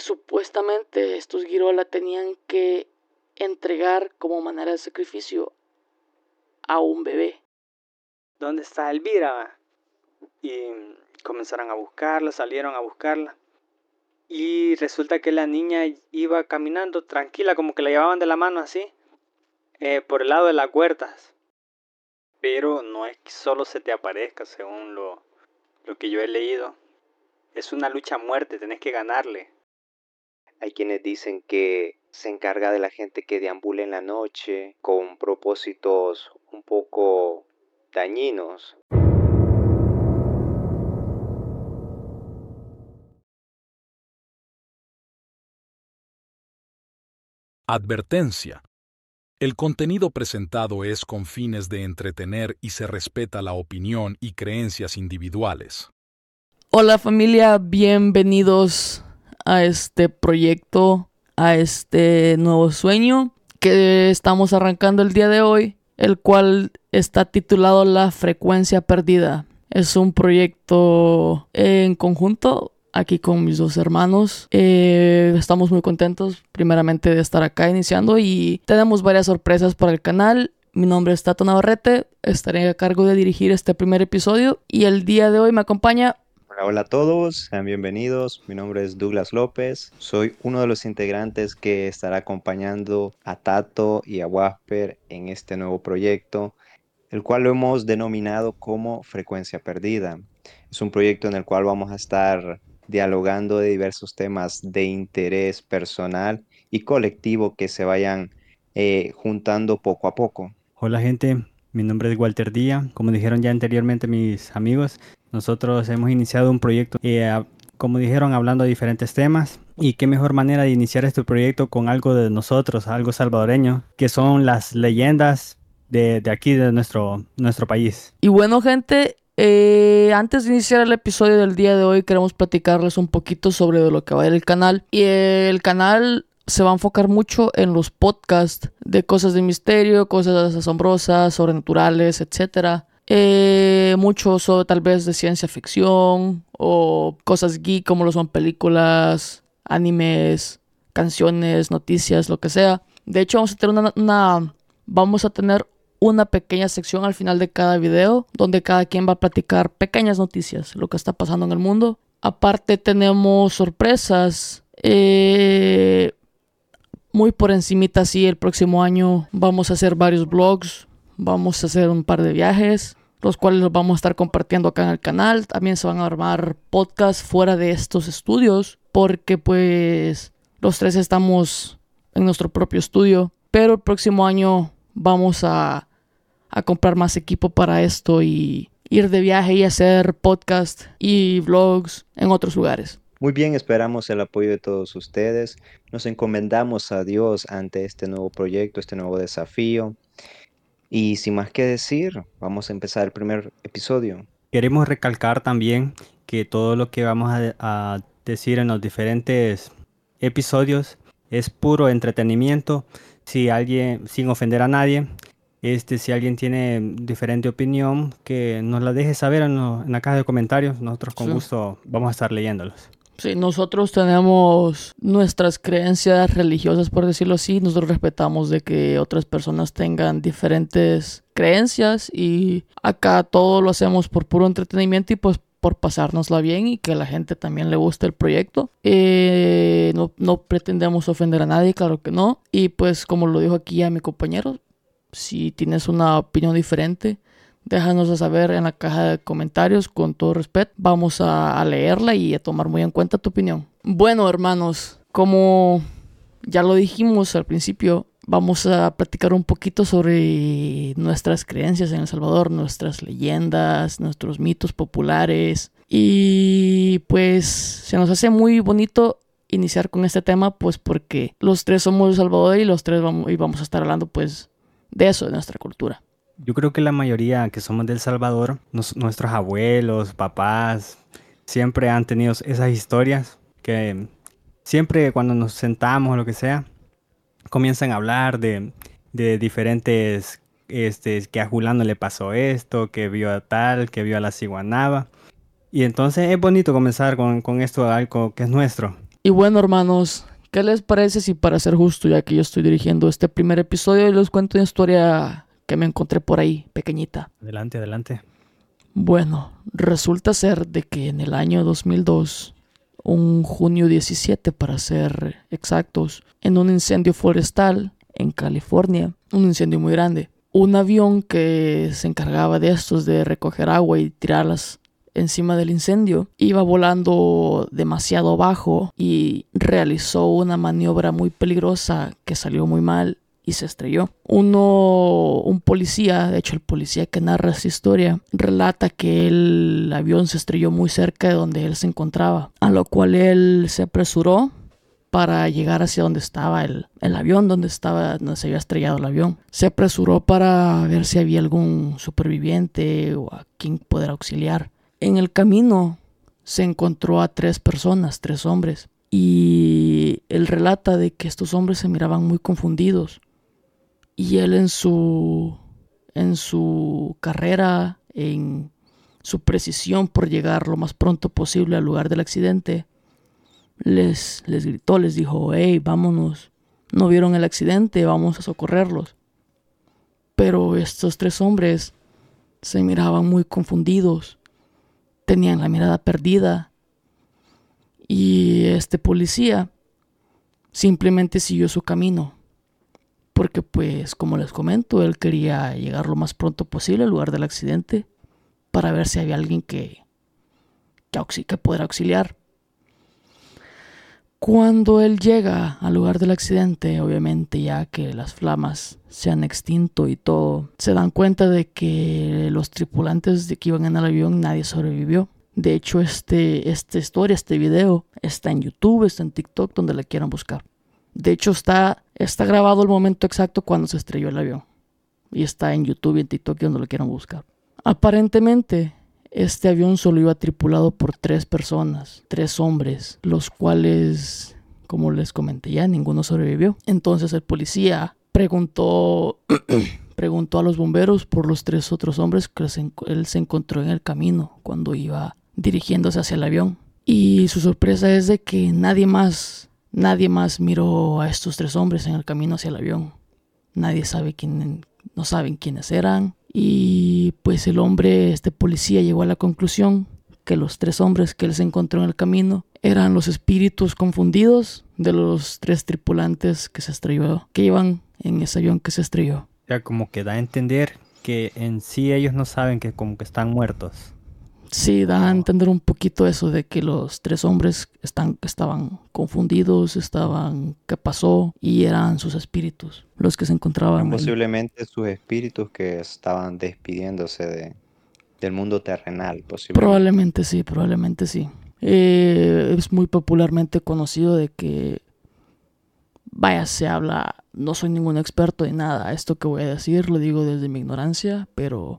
supuestamente estos Girola tenían que entregar como manera de sacrificio a un bebé. ¿Dónde está Elvira? Y comenzaron a buscarla, salieron a buscarla. Y resulta que la niña iba caminando tranquila, como que la llevaban de la mano así, por el lado de las huertas. Pero no es que solo se te aparezca, según lo que yo he leído. Es una lucha a muerte, tenés que ganarle. Hay quienes dicen que se encarga de la gente que deambula en la noche con propósitos un poco dañinos. Advertencia. El contenido presentado es con fines de entretener y se respeta la opinión y creencias individuales. Hola familia, bienvenidos a este proyecto, a este nuevo sueño que estamos arrancando el día de hoy, el cual está titulado La Frecuencia Perdida. Es un proyecto en conjunto aquí con mis dos hermanos. Estamos muy contentos primeramente de estar acá iniciando y tenemos varias sorpresas para el canal. Mi nombre es Tato Navarrete, estaré a cargo de dirigir este primer episodio y el día de hoy me acompaña... Hola a todos, sean bienvenidos. Mi nombre es Douglas López. Soy uno de los integrantes que estará acompañando a Tato y a Wasper en este nuevo proyecto, el cual lo hemos denominado como Frecuencia Perdida. Es un proyecto en el cual vamos a estar dialogando de diversos temas de interés personal y colectivo que se vayan juntando poco a poco. Hola gente, mi nombre es Walter Díaz. Como dijeron ya anteriormente mis amigos, nosotros hemos iniciado un proyecto, como dijeron, hablando de diferentes temas. Y qué mejor manera de iniciar este proyecto con algo de nosotros, algo salvadoreño, que son las leyendas de aquí, de nuestro país. Y bueno gente, antes de iniciar el episodio del día de hoy queremos platicarles un poquito sobre de lo que va a ir el canal. Y el canal se va a enfocar mucho en los podcasts de cosas de misterio, cosas asombrosas, sobrenaturales, etc. Mucho sobre tal vez de ciencia ficción o cosas geek como lo son películas, animes, canciones, noticias, lo que sea. De hecho vamos a tener una pequeña sección al final de cada video donde cada quien va a platicar pequeñas noticias, lo que está pasando en el mundo. Aparte tenemos sorpresas. Muy por encimita, sí, el próximo año vamos a hacer varios vlogs, vamos a hacer un par de viajes, los cuales los vamos a estar compartiendo acá en el canal. También se van a armar podcasts fuera de estos estudios, porque pues los tres estamos en nuestro propio estudio. Pero el próximo año vamos a comprar más equipo para esto y ir de viaje y hacer podcasts y vlogs en otros lugares. Muy bien, esperamos el apoyo de todos ustedes. Nos encomendamos a Dios ante este nuevo proyecto, este nuevo desafío. Y sin más que decir, vamos a empezar el primer episodio. Queremos recalcar también que todo lo que vamos a decir en los diferentes episodios es puro entretenimiento. Si alguien, sin ofender a nadie, si alguien tiene diferente opinión, que nos la deje saber en la caja de comentarios. Nosotros con gusto vamos a estar leyéndolos. Sí, nosotros tenemos nuestras creencias religiosas, por decirlo así. Nosotros respetamos de que otras personas tengan diferentes creencias y acá todo lo hacemos por puro entretenimiento y pues por pasárnosla bien y que a la gente también le guste el proyecto. No pretendemos ofender a nadie, claro que no. Y pues como lo dijo aquí a mi compañero, si tienes una opinión diferente, déjanos saber en la caja de comentarios con todo respeto. Vamos a leerla y a tomar muy en cuenta tu opinión. Bueno, hermanos, como ya lo dijimos al principio, vamos a platicar un poquito sobre nuestras creencias en El Salvador, nuestras leyendas, nuestros mitos populares. Y pues se nos hace muy bonito iniciar con este tema, pues porque los tres somos de El Salvador y los tres vamos a estar hablando pues de eso, de nuestra cultura. Yo creo que la mayoría que somos de El Salvador, nuestros abuelos, papás, siempre han tenido esas historias que siempre cuando nos sentamos o lo que sea, comienzan a hablar de diferentes, que a Julano le pasó esto, que vio a tal, que vio a la ciguanaba. Y entonces es bonito comenzar con esto, algo que es nuestro. Y bueno, hermanos, ¿qué les parece si, para ser justo, ya que yo estoy dirigiendo este primer episodio, les cuento una historia que me encontré por ahí, pequeñita? Adelante, adelante. Bueno, resulta ser de que en el año 2002, un junio 17 para ser exactos, en un incendio forestal en California, un incendio muy grande, un avión que se encargaba de estos, de recoger agua y tirarlas encima del incendio, iba volando demasiado bajo y realizó una maniobra muy peligrosa que salió muy mal y se estrelló. Un policía, de hecho el policía que narra esta historia, relata que el avión se estrelló muy cerca de donde él se encontraba, a lo cual él se apresuró para llegar hacia donde estaba el avión, donde se había estrellado el avión. Se apresuró para ver si había algún superviviente o a quien poder auxiliar. En el camino se encontró a 3 personas, 3 hombres, y él relata de que estos hombres se miraban muy confundidos. Y él en su carrera, en su precisión por llegar lo más pronto posible al lugar del accidente, les gritó, les dijo: hey, vámonos, no vieron el accidente, vamos a socorrerlos. Pero estos 3 hombres se miraban muy confundidos, tenían la mirada perdida, y este policía simplemente siguió su camino, porque pues, como les comento, él quería llegar lo más pronto posible al lugar del accidente para ver si había alguien que pudiera auxiliar. Cuando él llega al lugar del accidente, obviamente ya que las flamas se han extinto y todo, se dan cuenta de que los tripulantes de que iban en el avión, nadie sobrevivió. De hecho, esta historia, este video, está en YouTube, está en TikTok, donde la quieran buscar. De hecho, está grabado el momento exacto cuando se estrelló el avión. Y está en YouTube y en TikTok, donde lo quieran buscar. Aparentemente, este avión solo iba tripulado por 3 personas, 3 hombres, los cuales, como les comenté ya, ninguno sobrevivió. Entonces el policía preguntó a los bomberos por los 3 otros hombres que él se encontró en el camino cuando iba dirigiéndose hacia el avión. Y su sorpresa es de que nadie más miró a estos 3 hombres en el camino hacia el avión. No saben quiénes eran. Y pues este policía llegó a la conclusión que los 3 hombres que él se encontró en el camino eran los espíritus confundidos de los 3 tripulantes que iban en ese avión que se estrelló. O sea, como que da a entender que en sí ellos no saben que como que están muertos. Sí, da a entender un poquito eso de que los 3 hombres estaban confundidos, ¿qué pasó? Y eran sus espíritus los que se encontraban. Posiblemente sus espíritus que estaban despidiéndose del mundo terrenal, posiblemente. Probablemente sí. Es muy popularmente conocido de que, se habla, no soy ningún experto en nada, esto que voy a decir lo digo desde mi ignorancia, pero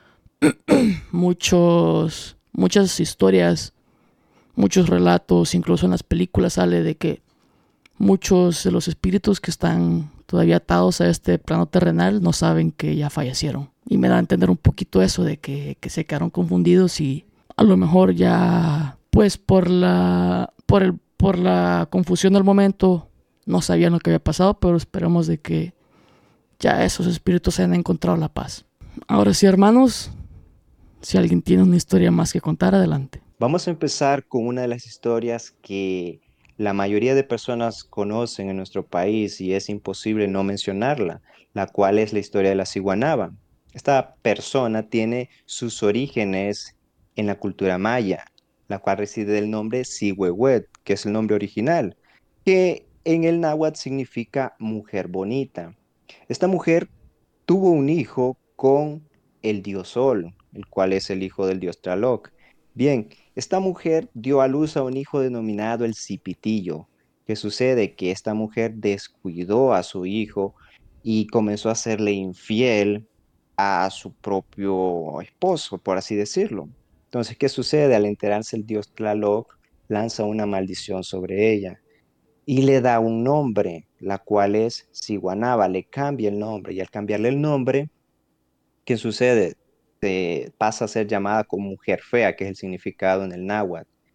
muchas historias, muchos relatos, incluso en las películas sale de que muchos de los espíritus que están todavía atados a este plano terrenal no saben que ya fallecieron. Y me da a entender un poquito eso de que se quedaron confundidos y a lo mejor ya, pues por la confusión del momento, no sabían lo que había pasado, pero esperamos de que ya esos espíritus hayan encontrado la paz. Ahora sí, hermanos, si alguien tiene una historia más que contar, adelante. Vamos a empezar con una de las historias que la mayoría de personas conocen en nuestro país y es imposible no mencionarla, la cual es la historia de la ciguanaba. Esta persona tiene sus orígenes en la cultura maya, la cual recibe el nombre Cihuehuet, que es el nombre original, que en el náhuatl significa mujer bonita. Esta mujer tuvo un hijo con el dios Sol, el cual es el hijo del dios Tlaloc. Bien, esta mujer dio a luz a un hijo denominado el Cipitillo. ¿Qué sucede? Que esta mujer descuidó a su hijo y comenzó a serle infiel a su propio esposo, por así decirlo. Entonces, ¿qué sucede? Al enterarse el dios Tlaloc, lanza una maldición sobre ella y le da un nombre, la cual es Ciguanaba, le cambia el nombre y al cambiarle el nombre, ¿qué sucede? Pasa a ser llamada como mujer fea, que es el significado en el náhuatl.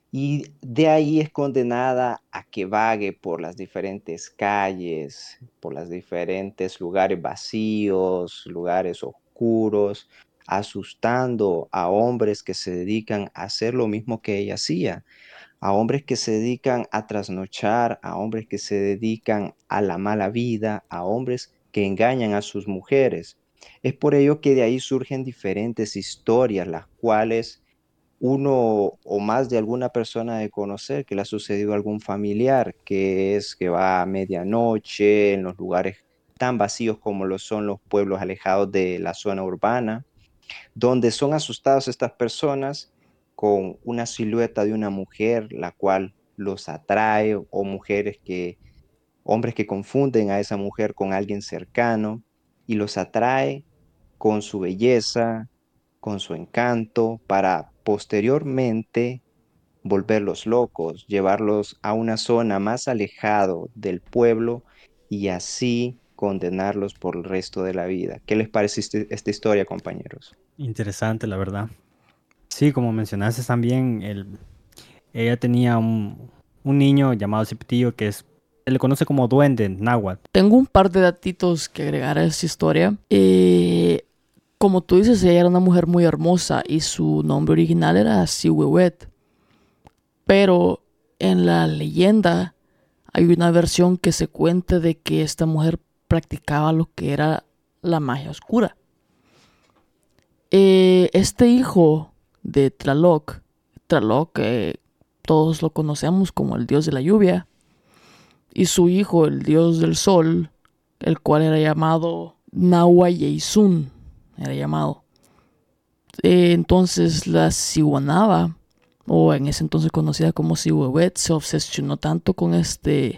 y de ahí es condenada a que vague por las diferentes calles, por los diferentes lugares vacíos, lugares oscuros, asustando a hombres que se dedican a hacer lo mismo que ella hacía, a hombres que se dedican a trasnochar, a hombres que se dedican a la mala vida, a hombres que engañan a sus mujeres. Es por ello que de ahí surgen diferentes historias, las cuales uno o más de alguna persona de conocer que le ha sucedido a algún familiar, que es que va a medianoche en los lugares tan vacíos como lo son los pueblos alejados de la zona urbana, donde son asustados estas personas con una silueta de una mujer, la cual los atrae, o hombres que confunden a esa mujer con alguien cercano y los atrae con su belleza, con su encanto, para posteriormente volverlos locos, llevarlos a una zona más alejado del pueblo y así condenarlos por el resto de la vida. ¿Qué les parece esta historia, compañeros? Interesante, la verdad. Sí, como mencionaste también, ella tenía un niño llamado Cipitillo se le conoce como duende náhuatl. Tengo un par de datitos que agregar a esta historia. Como tú dices, ella era una mujer muy hermosa y su nombre original era Siwewet. Pero en la leyenda hay una versión que se cuenta de que esta mujer practicaba lo que era la magia oscura. Este hijo de Tlaloc, todos lo conocemos como el dios de la lluvia, y su hijo, el dios del sol, el cual era llamado Nahuayeysun, era llamado. Entonces la Siwanaba, o en ese entonces conocida como Siwewet, se obsesionó tanto con este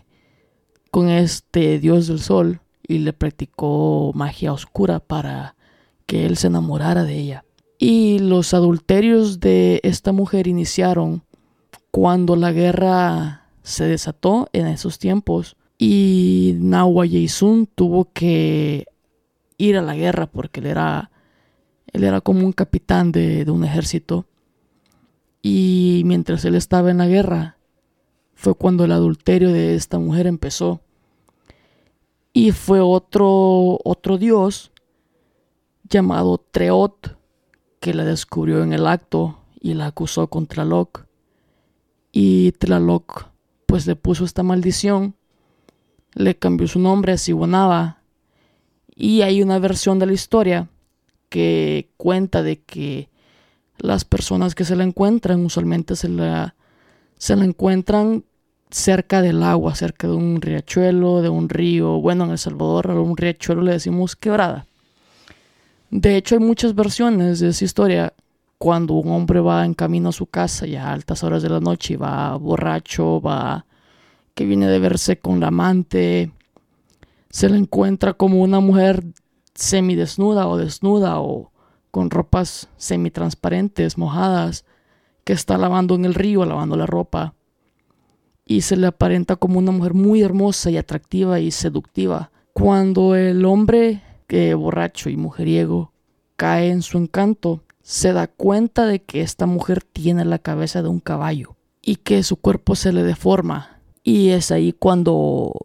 dios del sol y le practicó magia oscura para que él se enamorara de ella. Y los adulterios de esta mujer iniciaron cuando la guerra se desató en esos tiempos y Nahuayeysun tuvo que ir a la guerra porque él era como un capitán de un ejército. Y mientras él estaba en la guerra fue cuando el adulterio de esta mujer empezó. Y fue otro dios llamado Treot que la descubrió en el acto y la acusó con Tlaloc. Y Tlaloc pues le puso esta maldición, le cambió su nombre a Siwanaba. Y hay una versión de la historia que cuenta de que las personas que se la encuentran usualmente se la encuentran cerca del agua, cerca de un riachuelo, de un río. Bueno, en El Salvador a un riachuelo le decimos quebrada. De hecho, hay muchas versiones de esa historia. Cuando un hombre va en camino a su casa ya a altas horas de la noche y va borracho, que viene de verse con la amante, se le encuentra como una mujer semidesnuda o desnuda o con ropas semitransparentes, mojadas, que está lavando en el río, lavando la ropa. Y se le aparenta como una mujer muy hermosa y atractiva y seductiva. Cuando el hombre, que borracho y mujeriego, cae en su encanto, se da cuenta de que esta mujer tiene la cabeza de un caballo y que su cuerpo se le deforma. Y es ahí cuando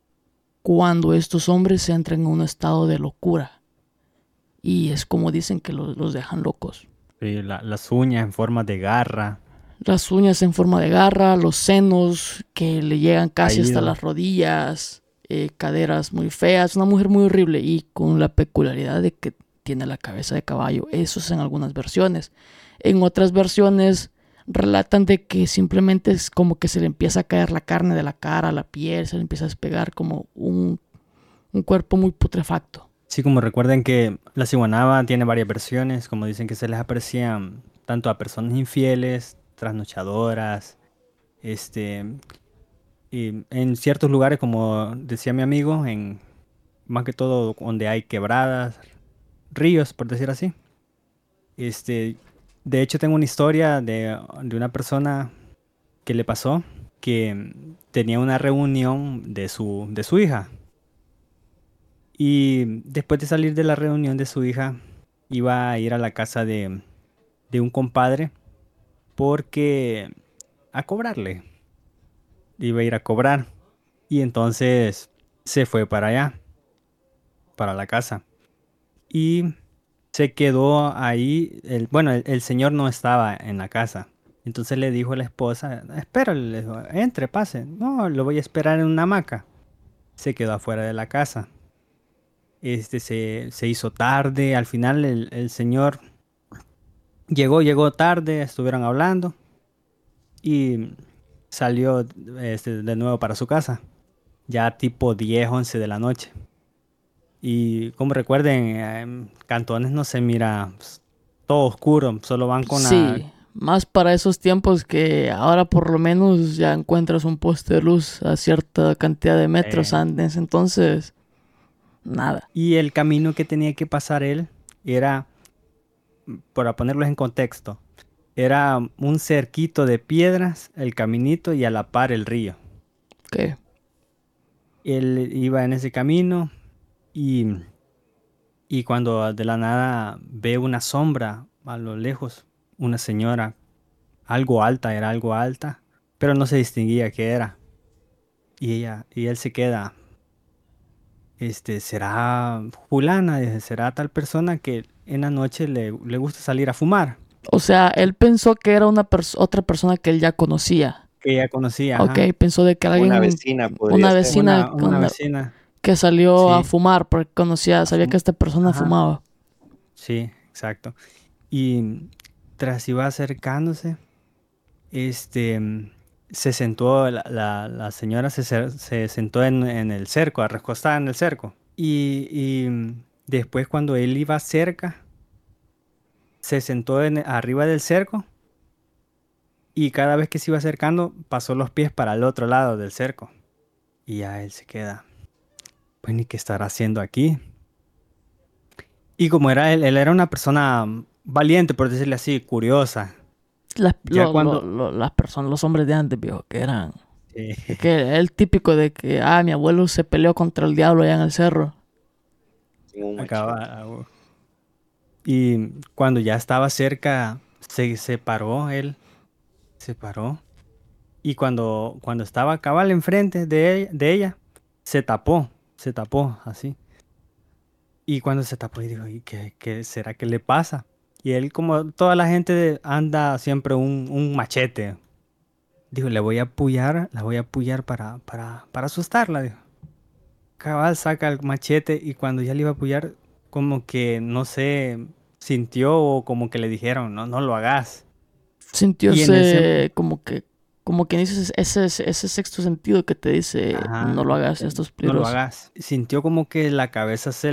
estos hombres entran en un estado de locura. Y es como dicen que los dejan locos. Sí, las uñas en forma de garra. Las uñas en forma de garra, los senos que le llegan casi hasta las rodillas, caderas muy feas. Una mujer muy horrible y con la peculiaridad de que tiene la cabeza de caballo. Eso es en algunas versiones. En otras versiones relatan de que simplemente es como que se le empieza a caer la carne de la cara, la piel, se le empieza a despegar como un cuerpo muy putrefacto. Sí, como recuerden que la Siwanaba tiene varias versiones, como dicen que se les aparecían tanto a personas infieles, trasnochadoras, y en ciertos lugares, como decía mi amigo, más que todo donde hay quebradas, ríos, por decir así. De hecho, tengo una historia de una persona que le pasó que tenía una reunión de su hija. Y después de salir de la reunión de su hija, iba a ir a la casa de un compadre porque a cobrarle. Iba a ir a cobrar. Y entonces se fue para allá, para la casa. Y se quedó ahí. El señor no estaba en la casa. Entonces le dijo a la esposa, espérale, le dijo, entre, pase. No, lo voy a esperar en una hamaca. Se quedó afuera de la casa. Se hizo tarde. Al final el señor llegó tarde, estuvieron hablando. Y salió de nuevo para su casa. Ya tipo 10, 11 de la noche. Y como recuerden, en Cantones no se mira pues, todo oscuro, solo van con Sí, más para esos tiempos que ahora por lo menos ya encuentras un poste de luz a cierta cantidad de metros antes, entonces nada. Y el camino que tenía que pasar él era, para ponerlos en contexto, era un cerquito de piedras, el caminito y a la par el río. Ok. Él iba en ese camino y cuando de la nada ve una sombra a lo lejos, una señora, era algo alta, pero no se distinguía qué era. Y él se queda, ¿será fulana? Dice, ¿será tal persona que en la noche le gusta salir a fumar? O sea, él pensó que era otra persona que él ya conocía. Que ella conocía, Ok, ajá. pensó de que alguien, Una vecina podría una ser. vecina Una vecina. que salió a Sí. fumar porque sabía que esta persona Ajá. fumaba. Sí, exacto. Y tras iba acercándose, se sentó, la señora se sentó en el cerco, recostada en el cerco. Y después cuando él iba cerca, se sentó arriba del cerco y cada vez que se iba acercando, pasó los pies para el otro lado del cerco. Y ya él se queda, pues ni qué estará haciendo aquí. Y como era él era una persona valiente, por decirle así, curiosa. Ya cuando... Las personas, los hombres de antes, viejo, que eran... Sí. Que el típico de que, mi abuelo se peleó contra el diablo allá en el cerro. Sin un machete. Acaba. Y cuando ya estaba cerca, se paró él. Se paró. Y cuando estaba cabal enfrente de ella, se tapó así. Y cuando se tapó, y dijo, ¿y qué será que le pasa? Y él, como toda la gente, anda siempre un machete. Dijo, la voy a apoyar para asustarla, dijo. Cabal saca el machete y cuando ya le iba a apoyar, como que, no sé, sintió o como que le dijeron, no lo hagas. Sintióse como que dices ese sexto sentido que te dice, Ajá, no lo hagas, esto es no lo peligroso. hagas. Sintió como que la cabeza se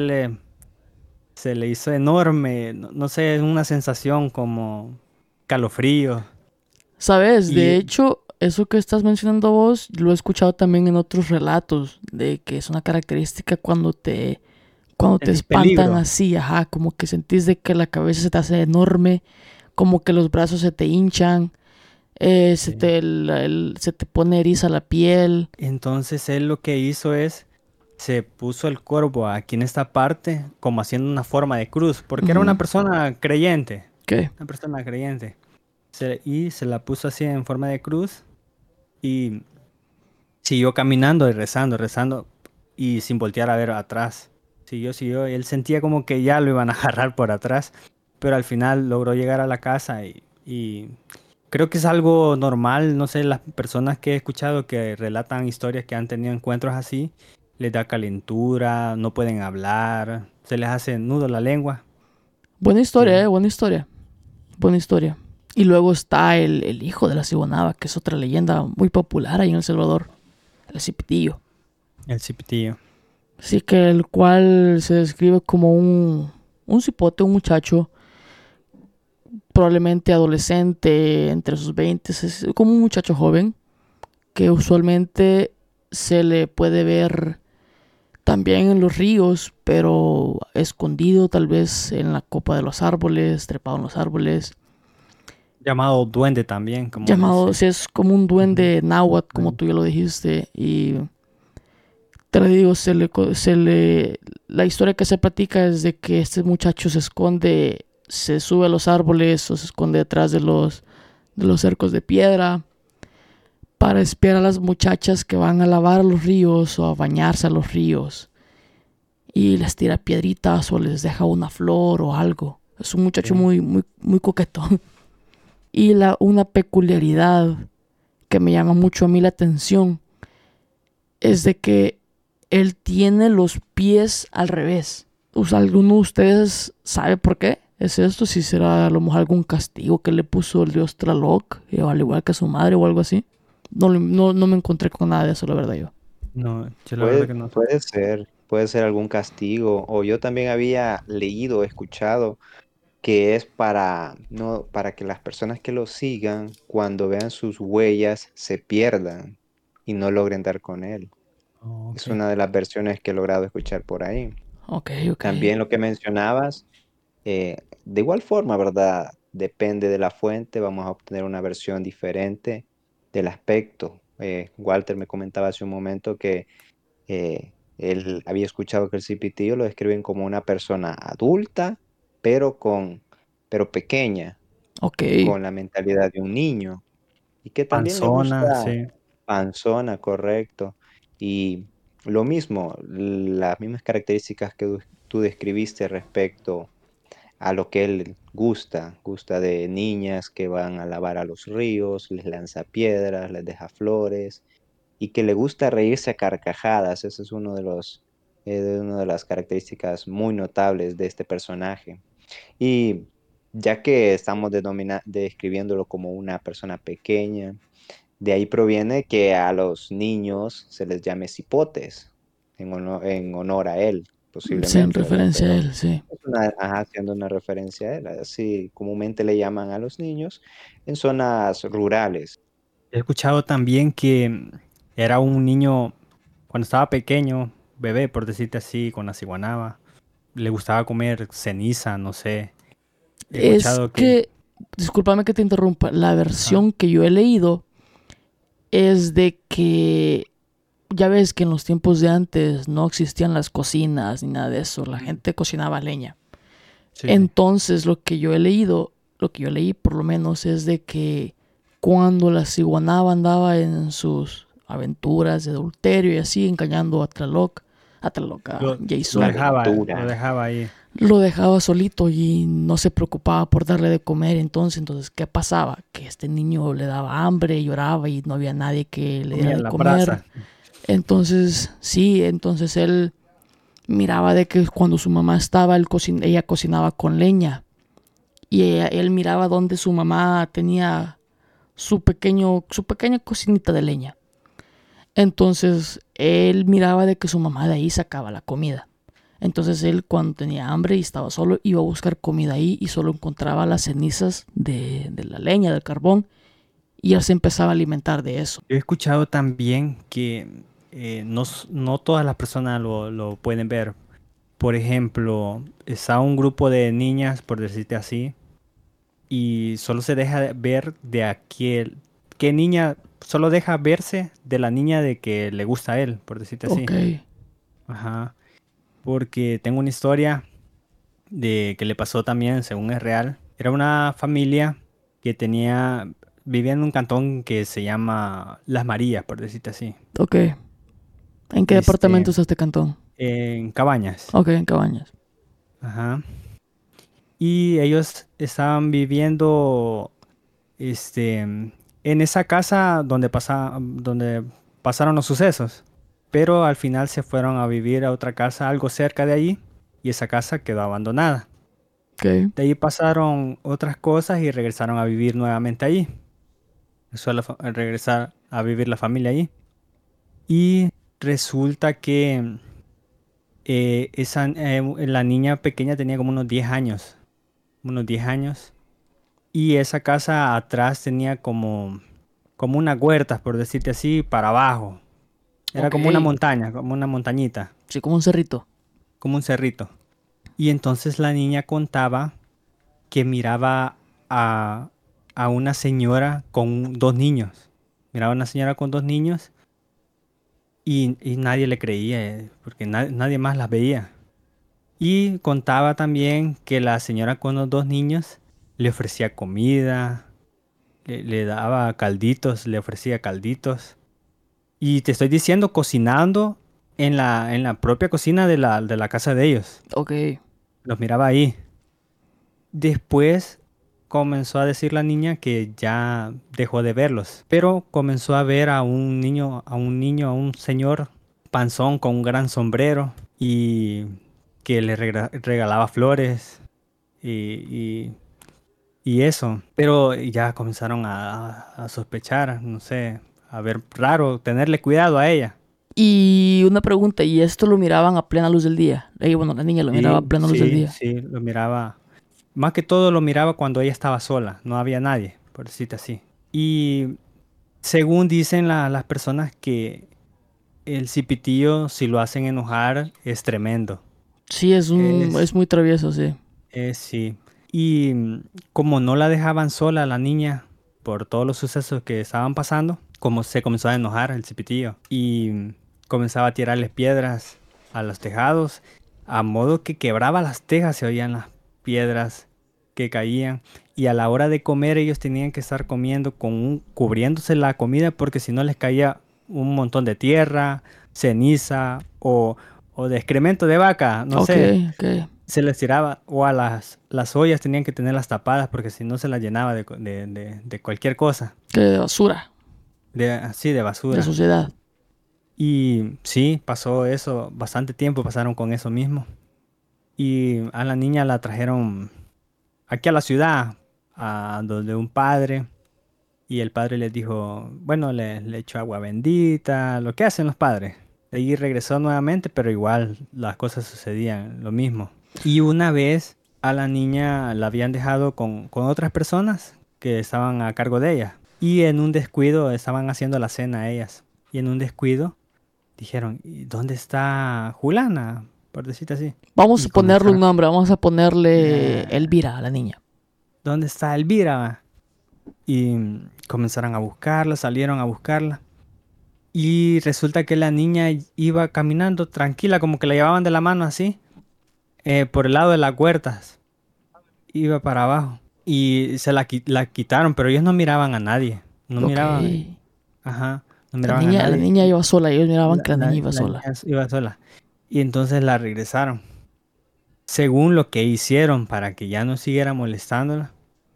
le hizo enorme, no sé, una sensación como calofrío. ¿Sabes? Y De hecho, eso que estás mencionando vos, lo he escuchado también en otros relatos, de que es una característica cuando te Sentís espantan peligro. así, ajá, como que sentís de que la cabeza se te hace enorme, como que los brazos se te hinchan, se Sí. se te pone eriza la piel. Entonces él lo que hizo es, se puso el cuervo aquí en esta parte, como haciendo una forma de cruz, porque era una Ujú. persona creyente. ¿Qué? Una persona creyente. Y se la puso así en forma de cruz y siguió caminando y rezando y sin voltear a ver atrás. Siguió. Y él sentía como que ya lo iban a agarrar por atrás, pero al final logró llegar a la casa y creo que es algo normal. No sé, las personas que he escuchado que relatan historias que han tenido encuentros así, les da calentura, no pueden hablar, se les hace nudo la lengua. Buena historia, Sí. buena historia. Buena historia. Y luego está el hijo de la Cibonaba, que es otra leyenda muy popular ahí en El Salvador. El Cipitillo. El cipitillo. Así que el cual se describe como un cipote, un muchacho, probablemente adolescente, entre sus 20, es como un muchacho joven, que usualmente se le puede ver también en los ríos, pero escondido tal vez en la copa de los árboles, trepado en los árboles. Llamado duende también, como Llamado, dice. si es como un duende náhuatl, como Duende. tú ya lo dijiste, y te lo digo, la historia que se platica es de que este muchacho se esconde, se sube a los árboles o se esconde detrás de los cercos de piedra, para espiar a las muchachas que van a lavar a los ríos o a bañarse a los ríos. Y les tira piedritas o les deja una flor o algo. Es un muchacho muy coqueto. Y una peculiaridad que me llama mucho a mí la atención es de que él tiene los pies al revés. O sea, ¿alguno de ustedes sabe por qué es esto? Si será a lo mejor algún castigo que le puso el dios Tlaloc, al igual que a su madre o algo así. No me encontré con nada de eso, la verdad yo. No, yo la verdad que no. Puede ser algún castigo. O yo también había leído, escuchado que es no, para que las personas que lo sigan, cuando vean sus huellas, se pierdan y no logren dar con él. Oh, Es ok. una de las versiones que he logrado escuchar por ahí. Ok. También lo que mencionabas, de igual forma, ¿verdad? Depende de la fuente, vamos a obtener una versión diferente del aspecto. Walter me comentaba hace un momento que él había escuchado que el CPT lo describen como una persona adulta, pero pero pequeña, Ok. con la mentalidad de un niño, y que también le gusta Panzona, sí. panzona, correcto. Y lo mismo, las mismas características que tú describiste respecto a lo que él gusta de niñas que van a lavar a los ríos, les lanza piedras, les deja flores, y que le gusta reírse a carcajadas. Ese es una de las características muy notables de este personaje. Y ya que estamos describiéndolo como una persona pequeña, de ahí proviene que a los niños se les llame cipotes, en honor a él, Sí, en posiblemente, ¿verdad? referencia a Pero él, sí. haciendo una referencia a él, así comúnmente le llaman a los niños en zonas rurales. He escuchado también que era un niño, cuando estaba pequeño, bebé, por decirte así, con la ciguanaba, le gustaba comer ceniza, no sé. He Es escuchado que... que, discúlpame que te interrumpa, la Ajá. versión que yo he leído es de que ya ves que en los tiempos de antes no existían las cocinas ni nada de eso, la gente cocinaba a leña. Sí, sí. Entonces lo que yo he leído, lo que yo leí por lo menos es de que cuando la ciguanaba andaba en sus aventuras de adulterio y así engañando a a Lo La Jason, lo aventura. dejaba ahí. lo dejaba solito y no se preocupaba por darle de comer. Entonces, ¿qué pasaba? Que este niño le daba hambre, lloraba y no había nadie que le diera Comía de la comer. brasa. Entonces, sí, entonces él miraba de que cuando su mamá estaba, ella cocinaba con leña. Y él miraba donde su mamá tenía su pequeña cocinita de leña. Entonces, él miraba de que su mamá de ahí sacaba la comida. Entonces él cuando tenía hambre y estaba solo iba a buscar comida ahí y solo encontraba las cenizas de la leña, del carbón, y él se empezaba a alimentar de eso. Yo he escuchado también que no todas las personas lo pueden ver. Por ejemplo, está un grupo de niñas, por decirte así, y solo se deja ver de aquel... ¿Qué niña? Solo deja verse de la niña de que le gusta a él, por decirte Ok, así. Ajá. Porque tengo una historia de que le pasó también, según es real. Era una familia que vivía en un cantón que se llama Las Marías, por decirte así. ok. ¿En qué Este, departamento está este cantón? en Cabañas. Ok, en Cabañas. Ajá. Y ellos estaban viviendo, en esa casa donde pasaron los sucesos. Pero al final se fueron a vivir a otra casa algo cerca de allí y esa casa quedó abandonada. Ok, De ahí pasaron otras cosas y regresaron a vivir nuevamente allí. Eso regresar a vivir la familia allí. Y resulta que la niña pequeña tenía como unos 10 años. Unos 10 años. Y esa casa atrás tenía como unas huertas, por decirte así, para abajo. Era ok. como una montaña, como una montañita, Sí, como un cerrito. como un cerrito. Y entonces la niña contaba que miraba a, a una señora con dos niños. Miraba a una señora con dos niños y nadie le creía, porque nadie más las veía. Y contaba también que la señora con los dos niños le ofrecía comida, le daba calditos, le ofrecía calditos. Y te estoy diciendo, cocinando en la propia cocina de la casa de ellos. Ok. Los miraba ahí. Después comenzó a decir la niña que ya dejó de verlos, pero comenzó a ver a un niño, a un señor panzón con un gran sombrero y que le regalaba flores y, y- y eso. Pero ya comenzaron a sospechar, no sé, a ver raro, tenerle cuidado a ella. Y una pregunta, ¿y esto lo miraban a plena luz del día? Bueno, la niña lo miraba a Sí, plena luz del sí, día. sí, lo miraba. Más que todo lo miraba cuando ella estaba sola, no había nadie, por decirte así. Y según dicen las personas que el cipitillo, si lo hacen enojar, es tremendo. Sí, Es, es muy travieso, sí. sí. Y como no la dejaban sola la niña por todos los sucesos que estaban pasando, como se comenzó a enojar el cipitillo y comenzaba a tirarle piedras a los tejados, a modo que quebraba las tejas, se oían las piedras que caían. Y a la hora de comer ellos tenían que estar comiendo cubriéndose la comida porque si no les caía un montón de tierra, ceniza o de excremento de vaca, no Ok, sé, ok. se les tiraba, o a las ollas tenían que tenerlas tapadas porque si no se las llenaba de cualquier cosa, Que de basura, así de de basura. suciedad. Y sí, pasó eso, bastante tiempo pasaron con eso mismo. Y a la niña la trajeron aquí a la ciudad, a donde un padre, y el padre les dijo, bueno, le echó agua bendita, lo que hacen los padres. De ahí regresó nuevamente, pero igual las cosas sucedían, lo mismo. Y una vez a la niña la habían dejado con otras personas que estaban a cargo de ella. Y en un descuido estaban haciendo la cena a ellas. Y en un descuido dijeron, ¿y dónde está Julana? Por decirte así. Vamos a Y ponerle un comenzaron, nombre, vamos a ponerle "Ah, Elvira a la niña. ¿dónde está Elvira? Y comenzaron a buscarla, salieron a buscarla. Y resulta que la niña iba caminando tranquila, como que la llevaban de la mano así, por el lado de las huertas. Iba para abajo. Y la quitaron, pero ellos no miraban a nadie. No Ok. miraban, ajá, no miraban a La nadie. niña iba sola, ellos miraban La, que la niña iba la sola. niña iba sola. Y entonces la regresaron. Según lo que hicieron para que ya no siguiera molestándola,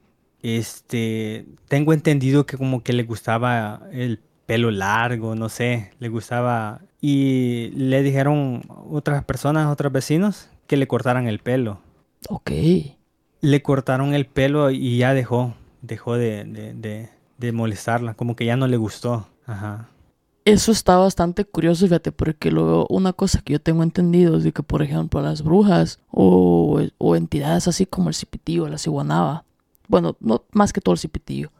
tengo entendido que como que le gustaba el pelo largo, no sé, le gustaba. Y le dijeron otras personas, otros vecinos, que le cortaran el pelo. Ok. Le cortaron el pelo y ya dejó de molestarla, como que ya no le gustó. Ajá. Eso está bastante curioso, fíjate, porque luego una cosa que yo tengo entendido es de que, por ejemplo, las brujas o entidades así como el cipitío, la ciguanaba, bueno, no más que todo el cipitío,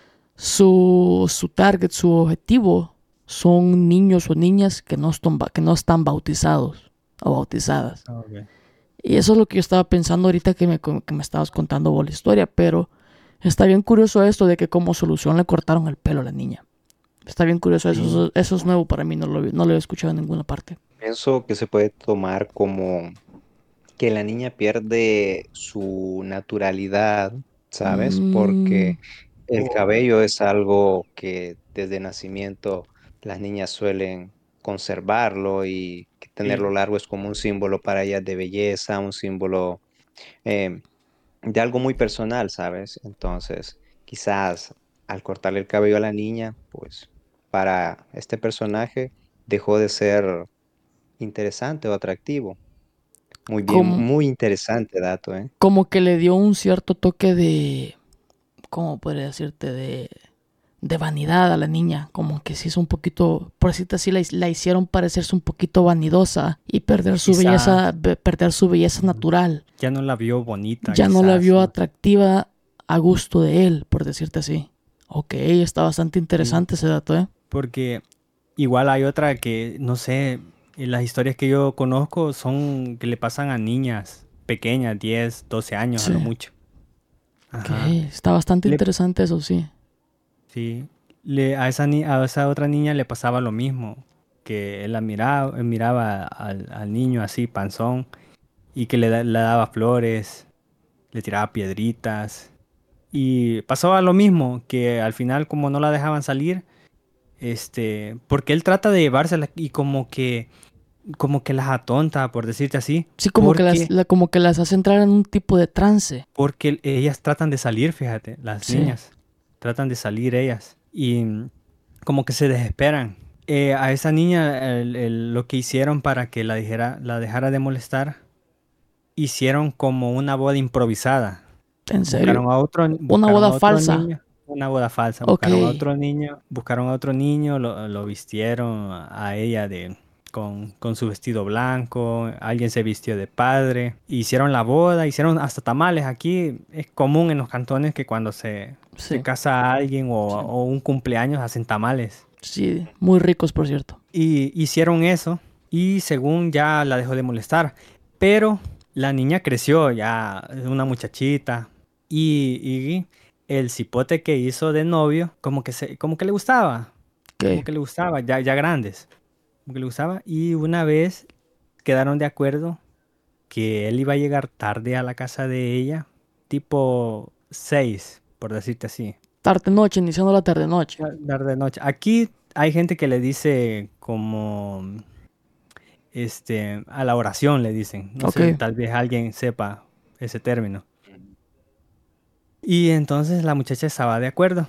su target, su objetivo son niños o niñas que no están bautizados o bautizadas. Ok. Y eso es lo que yo estaba pensando ahorita que me estabas contando vos la historia, pero está bien curioso esto de que como solución le cortaron el pelo a la niña. Está bien curioso eso, Sí. eso es nuevo para mí, no lo he escuchado en ninguna parte. Pienso que se puede tomar como que la niña pierde su naturalidad, ¿sabes? Mm, Porque el cabello es algo que desde nacimiento las niñas suelen conservarlo y que tenerlo Sí. largo es como un símbolo para ellas de belleza, un símbolo eh, de algo muy personal, ¿sabes? Entonces, quizás al cortarle el cabello a la niña, pues para este personaje dejó de ser interesante o atractivo. Muy bien, como, muy interesante dato, ¿eh? como que le dio un cierto toque ¿cómo podría decirte? De vanidad a la niña, como que se hizo un poquito, por decirte así, la hicieron parecerse un poquito vanidosa y Quizás perder su belleza ujú, natural. ya no la vio bonita, Ya no la quizás, vio ¿no? atractiva a gusto de él, por decirte así. Ok, está bastante Sí. interesante ese dato, ¿eh? Porque igual hay otra que, no sé, las historias que yo conozco son que le pasan a niñas pequeñas, 10 12 años a Sí, lo mucho. ok, Ajá. está bastante Le, interesante eso, sí. sí. A esa otra niña le pasaba lo mismo, que él miraba al niño así, panzón, y que le daba flores, le tiraba piedritas, Y pasaba lo mismo, que al final como no la dejaban salir, porque él trata de llevárselas y como que las atonta, por decirte así, Sí, porque, como que las hace entrar en un tipo de trance. porque ellas tratan de salir, fíjate, las Sí, niñas, tratan de salir ellas y como que se desesperan. A esa niña lo que hicieron para que la dejara de molestar, hicieron como una boda improvisada. en serio. Una Buscaron boda a otro falsa. niño, una boda falsa, Ok, buscaron a otro niño, lo vistieron a ella con su vestido blanco, alguien se vistió de padre, hicieron la boda, hicieron hasta tamales. Aquí es común en los cantones que cuando se sí, casa alguien sí. o un cumpleaños hacen tamales. Sí, muy ricos, por cierto. Y hicieron eso y según ya la dejó de molestar. Pero la niña creció, ya es una muchachita. Y el cipote que hizo de novio, como que le gustaba. Como Ok. que le gustaba, ya grandes. Como que le gustaba. Y una vez quedaron de acuerdo que él iba a llegar tarde a la casa de ella, tipo 6 por decirte así. Tarde-noche, iniciando la tarde-noche. Tarde noche. Aquí hay gente que le dice como a la oración le dicen. No Ok, sé si tal vez alguien sepa ese término. Y entonces la muchacha estaba de acuerdo.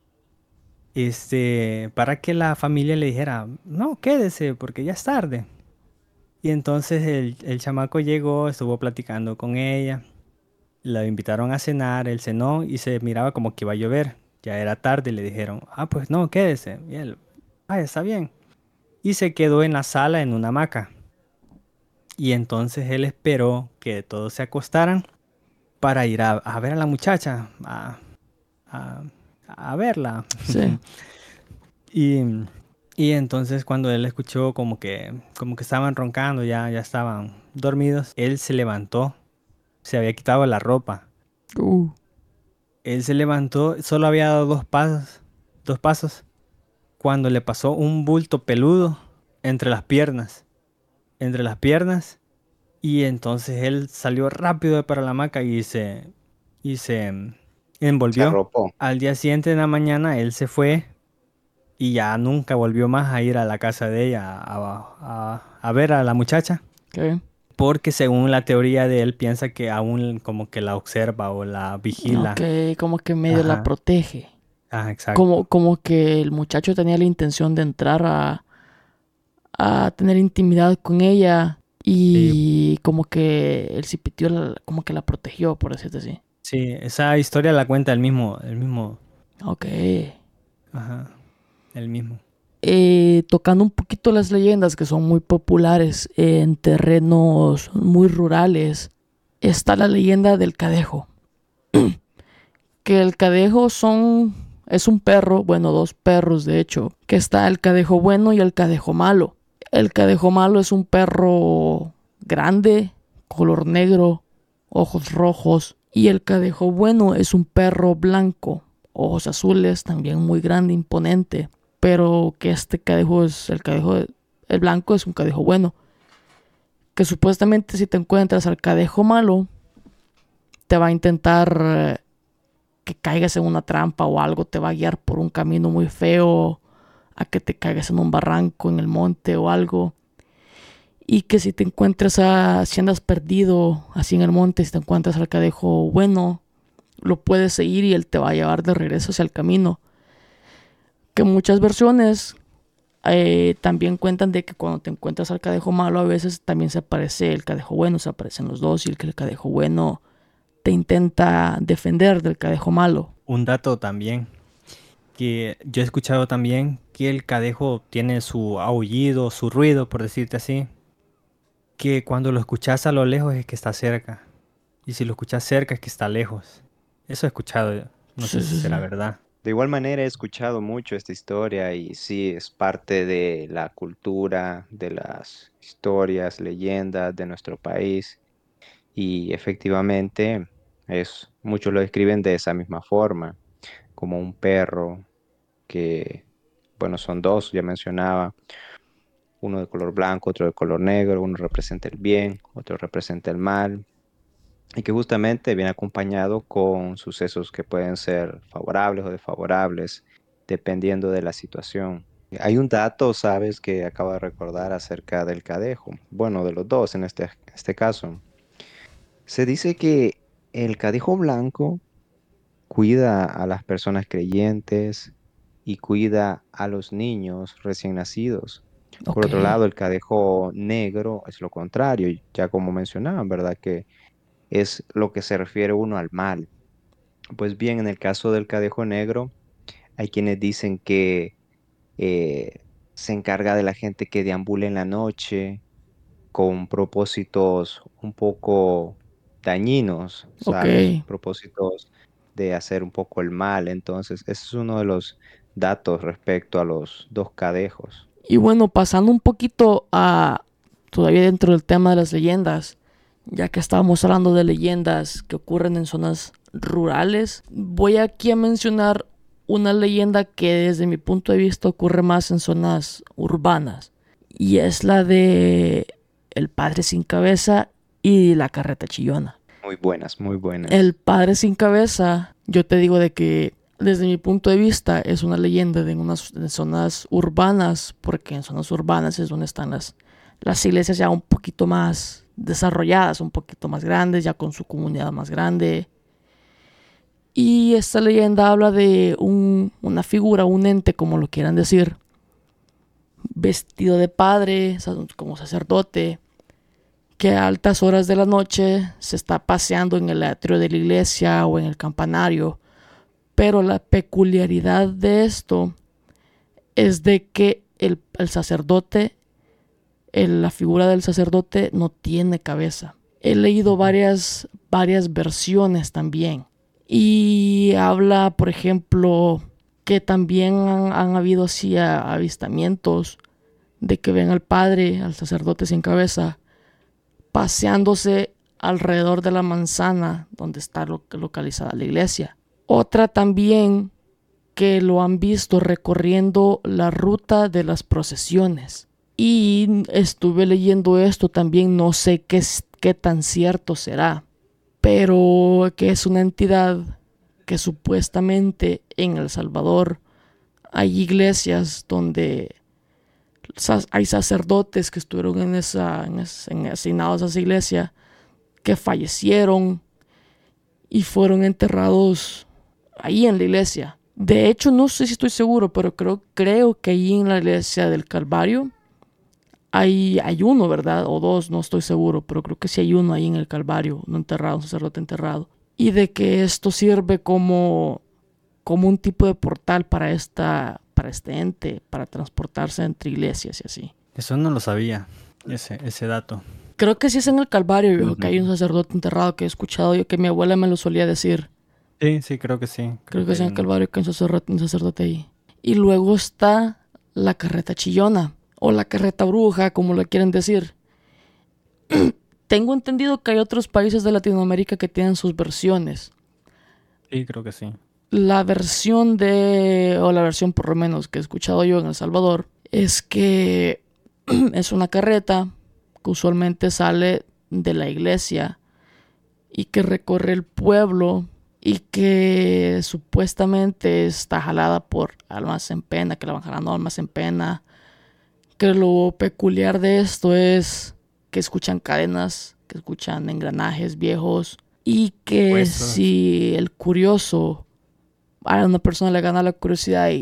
Para que la familia le dijera, no, quédese porque ya es tarde. Y entonces el chamaco llegó, estuvo platicando con ella, la invitaron a cenar, él cenó y se miraba como que iba a llover. Ya era tarde, le dijeron, ah, pues no, quédese. Y él, ah, está bien. Y se quedó en la sala en una hamaca. Y entonces él esperó que todos se acostaran para ir a ver a la muchacha, a- a verla. sí. Y, y entonces cuando él escuchó como que estaban roncando, ya estaban dormidos, él se levantó, se había quitado la ropa. Uh, Él se levantó, solo había dado dos pasos, cuando le pasó un bulto peludo entre las piernas, y entonces él salió rápido para la hamaca y se Se envolvió. arropó. Al día siguiente de la mañana él se fue y ya nunca volvió más a ir a la casa de ella a ver a la muchacha, ok. porque según la teoría de él piensa que aún como que la observa o la Ok, vigila. como que medio la Ajá, protege. ajá, exacto. Como que el muchacho tenía la intención de entrar a tener intimidad con ella Sí, y como que el cipitio como que la protegió, por decirte así. sí, esa historia la cuenta Ok. ajá, el mismo. Tocando un poquito las leyendas que son muy populares en terrenos muy rurales, está la leyenda del cadejo. Que el cadejo es un perro, bueno, dos perros de hecho, que está el cadejo bueno y el cadejo malo. El cadejo malo es un perro grande, color negro, ojos rojos, y el cadejo bueno es un perro blanco, ojos azules, también muy grande, imponente, pero que este cadejo es el blanco es un cadejo bueno, que supuestamente si te encuentras al cadejo malo, te va a intentar que caigas en una trampa o algo, te va a guiar por un camino muy feo, a que te caigas en un barranco, en el monte o algo. Y que si te encuentras si andas perdido así en el monte, si te encuentras al cadejo bueno, lo puedes seguir y él te va a llevar de regreso hacia el camino. Que muchas versiones también cuentan de que cuando te encuentras al cadejo malo, a veces también se aparece el cadejo bueno, se aparecen los dos y el cadejo bueno te intenta defender del cadejo malo. Un dato también, que yo he escuchado también que el cadejo tiene su aullido, su ruido, por decirte así, que cuando lo escuchas a lo lejos es que está cerca, y si lo escuchas cerca es que está lejos. Eso he escuchado, no Sí, sé si sí, sí. será verdad. De igual manera he escuchado mucho esta historia y sí, es parte de la cultura, de las historias, leyendas de nuestro país y efectivamente muchos lo describen de esa misma forma, como un perro que, bueno, son dos, ya mencionaba, uno de color blanco, otro de color negro, uno representa el bien, otro representa el mal y que justamente viene acompañado con sucesos que pueden ser favorables o desfavorables, dependiendo de la situación. Hay un dato, sabes, que acabo de recordar acerca del cadejo. Bueno, de los dos en este caso. Se dice que el cadejo blanco cuida a las personas creyentes y cuida a los niños recién nacidos. Por Ok, otro lado, el cadejo negro es lo contrario, ya como mencionaban, ¿verdad? Que es lo que se refiere uno al mal. Pues bien, en el caso del cadejo negro, hay quienes dicen que se encarga de la gente que deambula en la noche con propósitos un poco dañinos, ok. ¿sabes? Propósitos de hacer un poco el mal. Entonces, ese es uno de los datos respecto a los dos cadejos. Y bueno, pasando un poquito a todavía dentro del tema de las leyendas, ya que estábamos hablando de leyendas que ocurren en zonas rurales, voy aquí a mencionar una leyenda que desde mi punto de vista ocurre más en zonas urbanas, y es la de el padre sin cabeza y la carreta chillona. Muy buenas, muy El buenas. padre sin cabeza, yo te digo de que desde mi punto de vista es una leyenda de unas de zonas urbanas, porque en zonas urbanas es donde están las iglesias ya un poquito más desarrolladas, un poquito más grandes, ya con su comunidad más grande. Y esta leyenda habla de una figura, un ente, como lo quieran decir, vestido de padre, como sacerdote, que a altas horas de la noche se está paseando en el atrio de la iglesia o en el campanario. Pero la peculiaridad de esto es de que el sacerdote, la figura del sacerdote no tiene cabeza. He leído varias versiones también. Y habla, por ejemplo, que también han habido así avistamientos de que ven al padre, al sacerdote sin cabeza, paseándose alrededor de la manzana donde está localizada la iglesia. Otra también que lo han visto recorriendo la ruta de las procesiones. Y estuve leyendo esto también, no sé qué tan cierto será, pero que es una entidad que supuestamente en El Salvador hay iglesias donde hay sacerdotes que estuvieron asignados a esa iglesia, que fallecieron y fueron enterrados ahí en la iglesia. De hecho, no sé si estoy seguro, pero creo que ahí en la iglesia del Calvario hay uno, ¿verdad? O dos, no estoy seguro, pero creo que sí hay uno ahí en el Calvario, no enterrado, un sacerdote enterrado. Y de que esto sirve como un tipo de portal para este ente, para transportarse entre iglesias y así. Eso no lo sabía, ese dato. Creo que sí es en el Calvario, viejo, que hay un Ujú. sacerdote enterrado, que he escuchado yo, que mi abuela me lo solía decir. Sí, sí, creo que sí. Creo que es hay en el uno. Calvario que hay un sacerdote ahí. Y luego está la carreta chillona, o la carreta bruja, como lo quieren decir. Tengo entendido que hay otros países de Latinoamérica que tienen sus versiones. Sí, creo que sí. La versión o la versión por lo menos que he escuchado yo en El Salvador, es que es una carreta que usualmente sale de la iglesia y que recorre el pueblo y que supuestamente está jalada por almas en pena, que la van jalando almas en pena. Que lo peculiar de esto es que escuchan cadenas, que escuchan engranajes viejos y que Huesos. si el curioso, a una persona le gana la curiosidad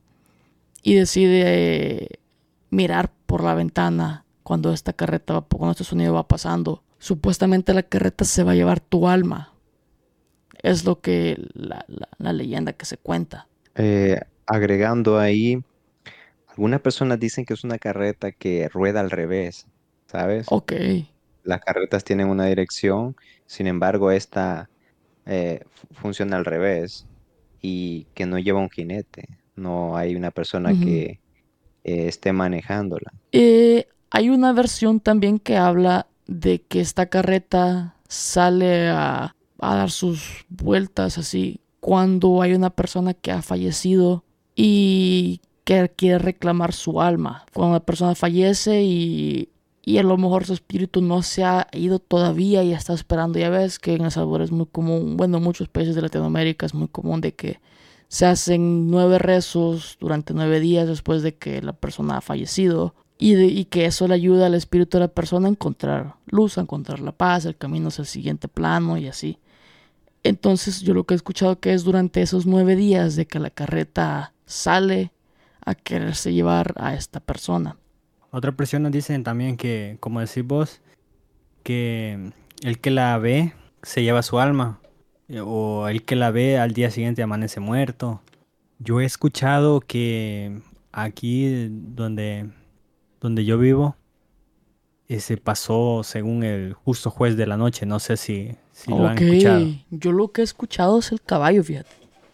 y decide mirar por la ventana cuando cuando este sonido va pasando, supuestamente la carreta se va a llevar tu alma. Es lo que la leyenda que se cuenta. Agregando ahí, algunas personas dicen que es una carreta que rueda al revés, ¿sabes? Ok. Las carretas tienen una dirección, sin embargo, esta funciona al revés y que no lleva un jinete, no hay una persona Ujú. que esté manejándola. Hay una versión también que habla de que esta carreta sale a dar sus vueltas así cuando hay una persona que ha fallecido y que quiere reclamar su alma. Cuando la persona fallece y y a lo mejor su espíritu no se ha ido todavía y está esperando. Ya ves que en El Salvador es muy común, bueno, en muchos países de Latinoamérica es muy común de que se hacen 9 rezos durante 9 días después de que la persona ha fallecido. Y que eso le ayuda al espíritu de la persona a encontrar luz, a encontrar la paz, el camino hacia el siguiente plano y así. Entonces yo lo que he escuchado que es durante esos 9 días de que la carreta sale a quererse llevar a esta persona. Otras personas dicen también que, como decís vos, que el que la ve se lleva su alma, o el que la ve al día siguiente amanece muerto. Yo he escuchado que aquí donde yo vivo, se pasó según el justo juez de la noche. No sé si lo han Ok, escuchado. yo lo que he escuchado es el caballo, fíjate.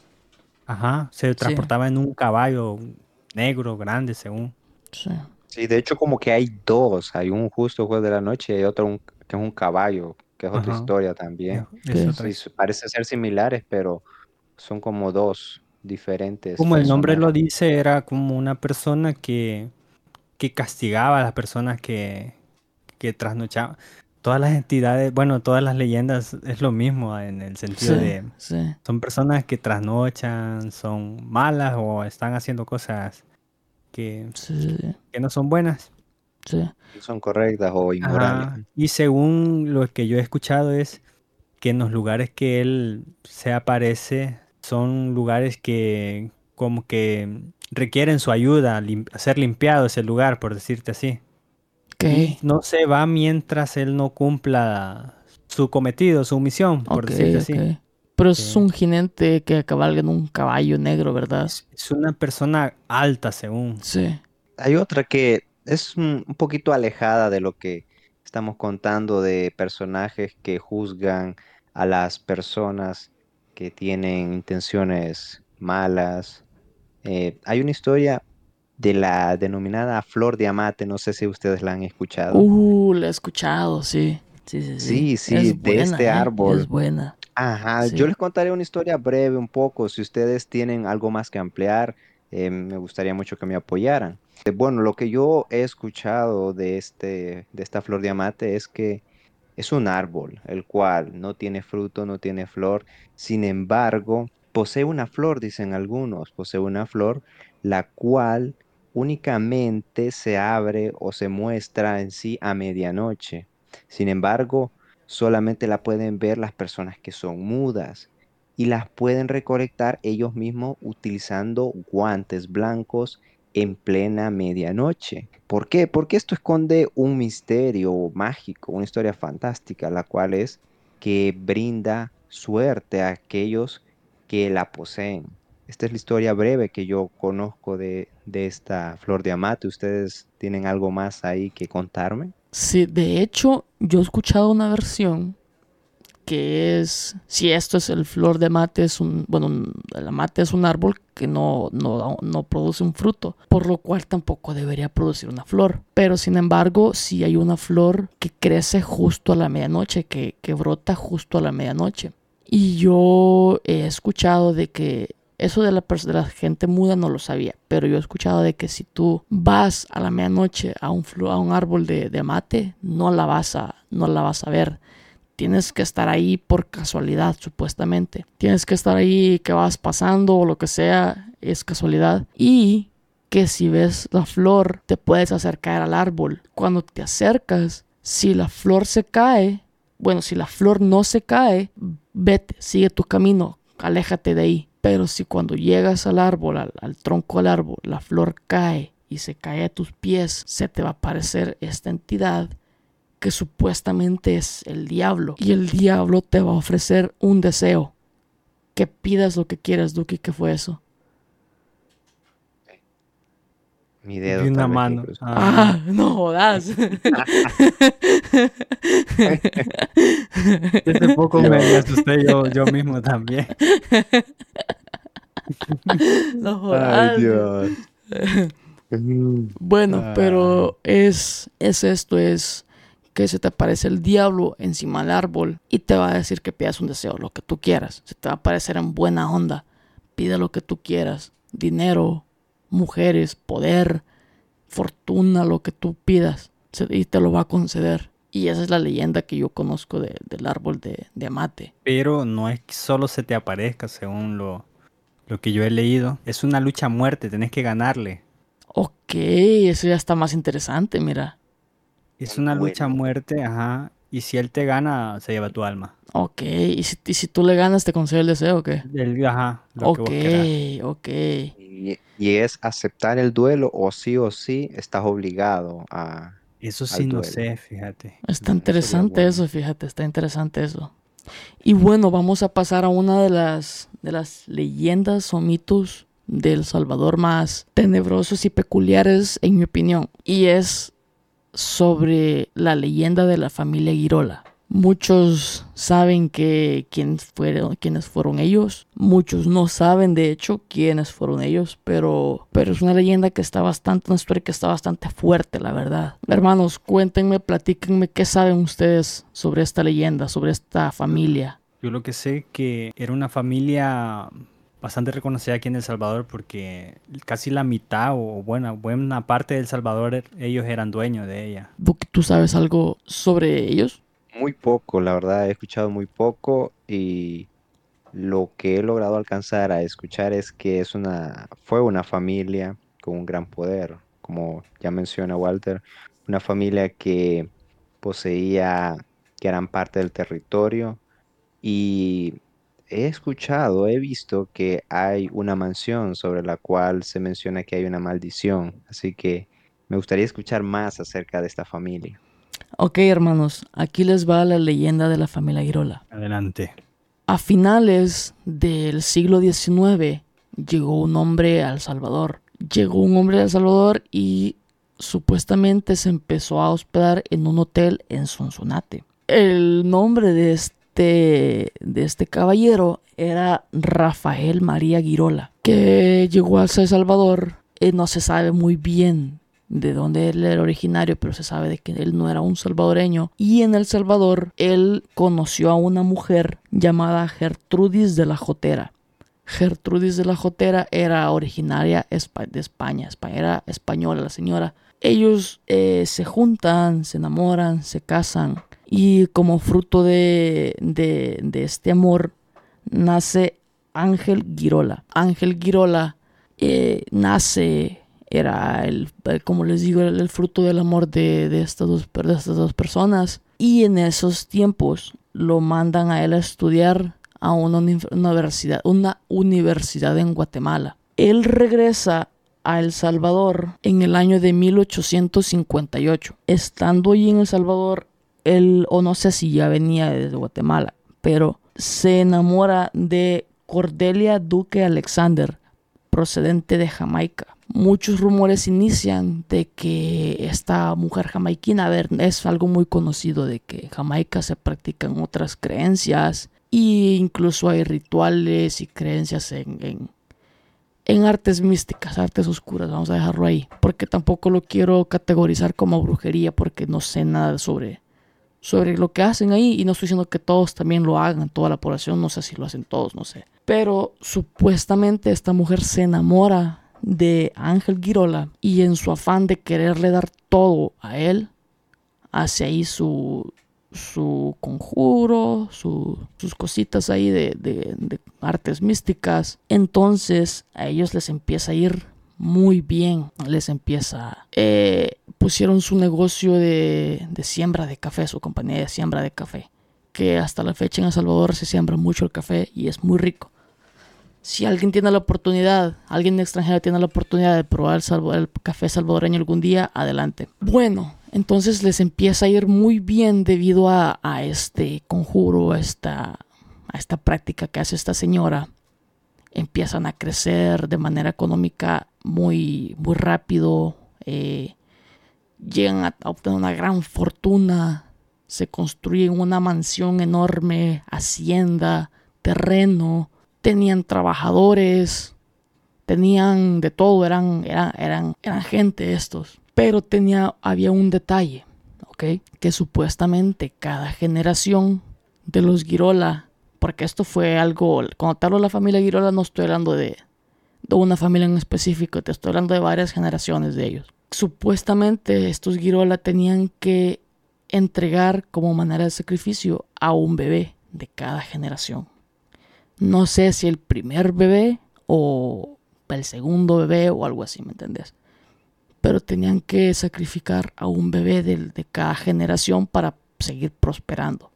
Ajá, se Sí. transportaba en un caballo negro, grande, según. Sí. Sí, de hecho como que hay dos, hay un justo juez de la noche y hay otro que es un caballo, que es otra Ajá. historia también. Es Ok. otra. Sí, parece ser similares, pero son como dos diferentes Como el nombre lo personajes. dice, era como una persona que castigaba a las personas que trasnochaban. Todas las entidades, bueno, todas las leyendas es lo mismo en el sentido Sí, de sí, son personas que trasnochan, son malas o están haciendo cosas que, sí, que no son buenas. sí. No son correctas o inmorales. Ajá. Y según lo que yo he escuchado es que en los lugares que él se aparece son lugares que como que requieren su ayuda, ser limpiado ese lugar, por decirte así. Y Ok, no se va mientras él no cumpla su cometido, su misión, por ok, decirte ok. así. Pero es Sí. un jinete que cabalga en un caballo negro, ¿verdad? Es una persona alta, según. Sí. Hay otra que es un poquito alejada de lo que estamos contando de personajes que juzgan a las personas que tienen intenciones malas. Hay una historia de la denominada flor de amate, no sé si ustedes la han escuchado. La he escuchado, sí. Sí, sí, sí. Sí, sí, Es de este buena, ¿eh? Es árbol. buena. Ajá, yo Sí. les contaré una historia breve un poco. Si ustedes tienen algo más que ampliar, me gustaría mucho que me apoyaran. Bueno, lo que yo he escuchado de esta flor de amate es que es un árbol, el cual no tiene fruto, no tiene flor. Sin embargo, posee una flor, dicen algunos, posee una flor, la cual únicamente se abre o se muestra en sí a medianoche. Sin embargo, solamente la pueden ver las personas que son mudas y las pueden recolectar ellos mismos utilizando guantes blancos en plena medianoche. ¿Por qué? Porque esto esconde un misterio mágico, una historia fantástica, la cual es que brinda suerte a aquellos que la poseen. Esta es la historia breve que yo conozco de esta flor de amate. ¿Ustedes tienen algo más ahí que contarme? Sí, de hecho, yo he escuchado una versión que es, si esto es el flor de mate, es el mate es un árbol que no produce un fruto, por lo cual tampoco debería producir una flor. Pero sin embargo, si hay una flor que crece justo a la medianoche, que brota justo a la medianoche. Y yo he escuchado de que eso de la gente muda no lo sabía, pero yo he escuchado de que si tú vas a la medianoche a un árbol de mate, no la vas a ver. Tienes que estar ahí por casualidad, supuestamente. Tienes que estar ahí que vas pasando o lo que sea, es casualidad. Y que si ves la flor, te puedes acercar al árbol. Cuando te acercas, si la flor se cae, bueno, si la flor no se cae, vete, sigue tu camino, aléjate de ahí. Pero si cuando llegas al árbol, al tronco del árbol, la flor cae y se cae a tus pies, se te va a aparecer esta entidad que supuestamente es el diablo. Y el diablo te va a ofrecer un deseo. Que pidas lo que quieras, Duki. ¿Qué fue eso? Mi Vi dedo una tal vez que mano. cruzó. Ah, no jodas. Hace poco Yo, me asusté yo mismo también. No ay, jodas. Dios. Bueno, Ay, pero es esto, es que se te aparece el diablo encima del árbol y te va a decir que pidas un deseo, lo que tú quieras. Se te va a aparecer en buena onda. Pide lo que tú quieras. Dinero, mujeres, poder, fortuna, lo que tú pidas. y te lo va a conceder. Y esa es la leyenda que yo conozco del árbol de amate. Pero no es que solo se te aparezca, según lo que yo he leído. Es una lucha a muerte, tenés que ganarle. Ok, eso ya está más interesante, mira. Es una lucha a muerte, ajá. Y si él te gana, se lleva tu alma. Ok, y si tú le ganas, ¿te concede el deseo o qué? Ajá, lo que vos querás. Ok. Y es aceptar el duelo o sí estás obligado Eso al sí no duelo. sé, fíjate. Está Sería interesante bueno. eso, fíjate, está interesante eso. Y bueno, vamos a pasar a una de las leyendas o mitos del Salvador más tenebrosos y peculiares, en mi opinión. Y es sobre la leyenda de la familia Girola. Muchos saben quiénes fueron ellos. Muchos no saben, de hecho, quiénes fueron ellos. Pero es una leyenda que está una historia que está bastante fuerte, la verdad. Hermanos, cuéntenme, platíquenme qué saben ustedes sobre esta leyenda, sobre esta familia. Yo lo que sé que era una familia bastante reconocida aquí en El Salvador porque casi la mitad o buena parte de El Salvador ellos eran dueños de ella. ¿Tú sabes algo sobre ellos? Muy poco, la verdad, he escuchado muy poco y lo que he logrado alcanzar a escuchar es que fue una familia con un gran poder, como ya menciona Walter, una familia que poseía gran parte del territorio y he visto que hay una mansión sobre la cual se menciona que hay una maldición, así que me gustaría escuchar más acerca de esta familia. Ok, hermanos, aquí les va la leyenda de la familia Girola. Adelante. A finales del siglo XIX llegó un hombre a El Salvador. Y supuestamente se empezó a hospedar en un hotel en Sonsonate. El nombre de este caballero era Rafael María Girola, que llegó a El Salvador. No se sabe muy bien de dónde él era originario, pero se sabe de que él no era un salvadoreño. Y en El Salvador él conoció a una mujer llamada Gertrudis de la Jotera. Gertrudis de la Jotera era originaria de España, era española la señora. Ellos se juntan, se enamoran, se casan y como fruto de este amor nace Ángel Girola. Ángel Girola era como les digo, el fruto del amor de estas dos personas. Y en esos tiempos lo mandan a él a estudiar a una universidad en Guatemala. Él regresa a El Salvador en el año de 1858. Estando allí en El Salvador, él, o no sé si ya venía desde Guatemala, pero se enamora de Cordelia Duque Alexander, procedente de Jamaica. Muchos rumores inician de que esta mujer jamaiquina, es algo muy conocido de que en Jamaica se practican otras creencias e incluso hay rituales y creencias en artes místicas, artes oscuras, vamos a dejarlo ahí, porque tampoco lo quiero categorizar como brujería porque no sé nada sobre lo que hacen ahí y no estoy diciendo que todos también lo hagan, toda la población, no sé si lo hacen todos, no sé. Pero supuestamente esta mujer se enamora de Ángel Girola y en su afán de quererle dar todo a él, hace ahí su conjuro, sus cositas ahí de artes místicas. Entonces a ellos les empieza a ir muy bien, pusieron su negocio de siembra de café, su compañía de siembra de café, que hasta la fecha en El Salvador se siembra mucho el café y es muy rico. Si alguien extranjero tiene la oportunidad de probar el café salvadoreño algún día, adelante. Bueno, entonces les empieza a ir muy bien debido a este conjuro, a esta práctica que hace esta señora. Empiezan a crecer de manera económica muy, muy rápido. Llegan a obtener una gran fortuna. Se construyen una mansión enorme, hacienda, terreno. Tenían trabajadores, tenían de todo, eran gente estos. Pero había un detalle, ¿ok? Que supuestamente cada generación de los Girola, porque esto fue algo, cuando te hablo de la familia Girola no estoy hablando de una familia en específico, te estoy hablando de varias generaciones de ellos. Supuestamente estos Girola tenían que entregar como manera de sacrificio a un bebé de cada generación. No sé si el primer bebé o el segundo bebé o algo así, ¿me entendés? Pero tenían que sacrificar a un bebé de cada generación para seguir prosperando.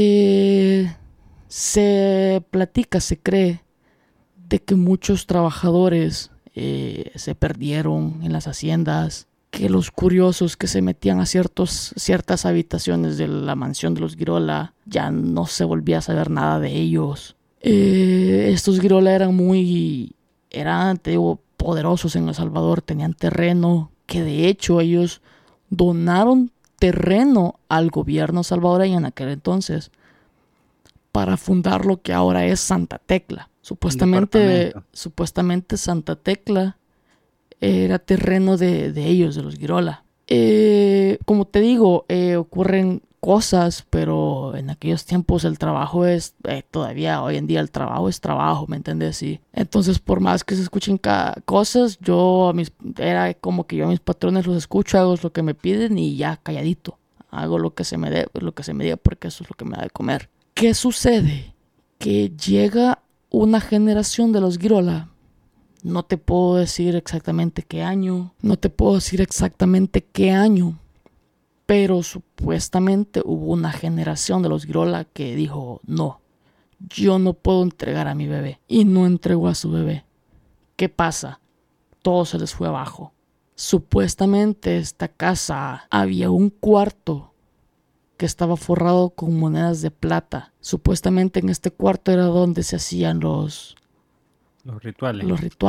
Se platica, se cree de que muchos trabajadores se perdieron en las haciendas, que los curiosos que se metían a ciertas habitaciones de la mansión de los Girola ya no se volvía a saber nada de ellos. Estos Girola eran te digo, poderosos en El Salvador, tenían terreno, que de hecho ellos donaron terreno al gobierno salvadoreño en aquel entonces para fundar lo que ahora es Santa Tecla. Supuestamente Santa Tecla era terreno de ellos, de los Girola. Como te digo, ocurren cosas, pero en aquellos tiempos el trabajo es, todavía hoy en día el trabajo es trabajo, ¿me entiendes? Sí. Entonces, por más que se escuchen cosas, era como que yo a mis patrones los escucho, hago lo que me piden y ya calladito. Hago lo que se me diga porque eso es lo que me da de comer. ¿Qué sucede? Que llega una generación de los Girola. No te puedo decir exactamente qué año, pero supuestamente hubo una generación de los Girola que dijo, no, yo no puedo entregar a mi bebé, y no entregó a su bebé. ¿Qué pasa? Todo se les fue abajo. Supuestamente esta casa había un cuarto que estaba forrado con monedas de plata. Supuestamente en este cuarto era donde se hacían los rituales,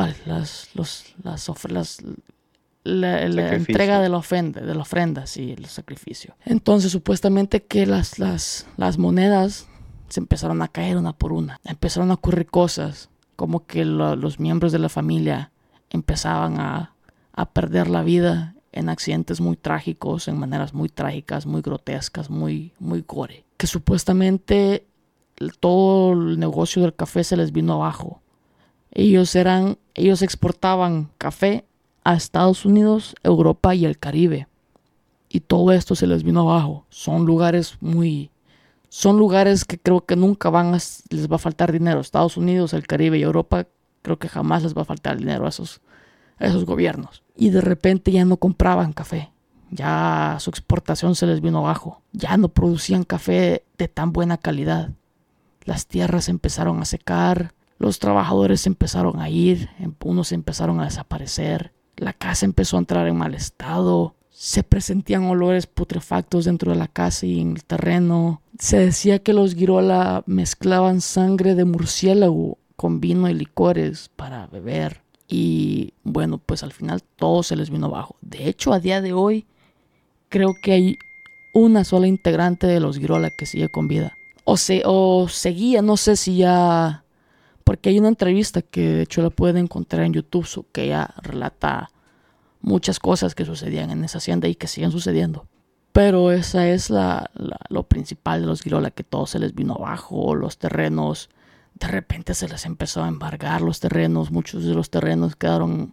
la entrega de la ofrenda, sí, el sacrificio. Entonces supuestamente que las monedas se empezaron a caer una por una. Empezaron a ocurrir cosas como que los miembros de la familia empezaban a perder la vida en accidentes muy trágicos, en maneras muy trágicas, muy grotescas, muy gore. Que supuestamente todo el negocio del café se les vino abajo. Ellos exportaban café a Estados Unidos, Europa y el Caribe. Y todo esto se les vino abajo. Son lugares que creo que nunca les va a faltar dinero. Estados Unidos, el Caribe y Europa, creo que jamás les va a faltar dinero a esos gobiernos. Y de repente ya no compraban café. Ya su exportación se les vino abajo. Ya no producían café de tan buena calidad. Las tierras empezaron a secar. Los trabajadores empezaron a ir. Unos empezaron a desaparecer. La casa empezó a entrar en mal estado. Se presentían olores putrefactos dentro de la casa y en el terreno. Se decía que los Girola mezclaban sangre de murciélago con vino y licores para beber. Y bueno, pues al final todo se les vino abajo. De hecho, a día de hoy, creo que hay una sola integrante de los Girola que sigue con vida. O seguía, no sé si ya... Porque hay una entrevista que de hecho la pueden encontrar en YouTube, que ella relata muchas cosas que sucedían en esa hacienda y que siguen sucediendo. Pero esa es lo principal de los Girola, que todo se les vino abajo, los terrenos. De repente se les empezó a embargar los terrenos. Muchos de los terrenos quedaron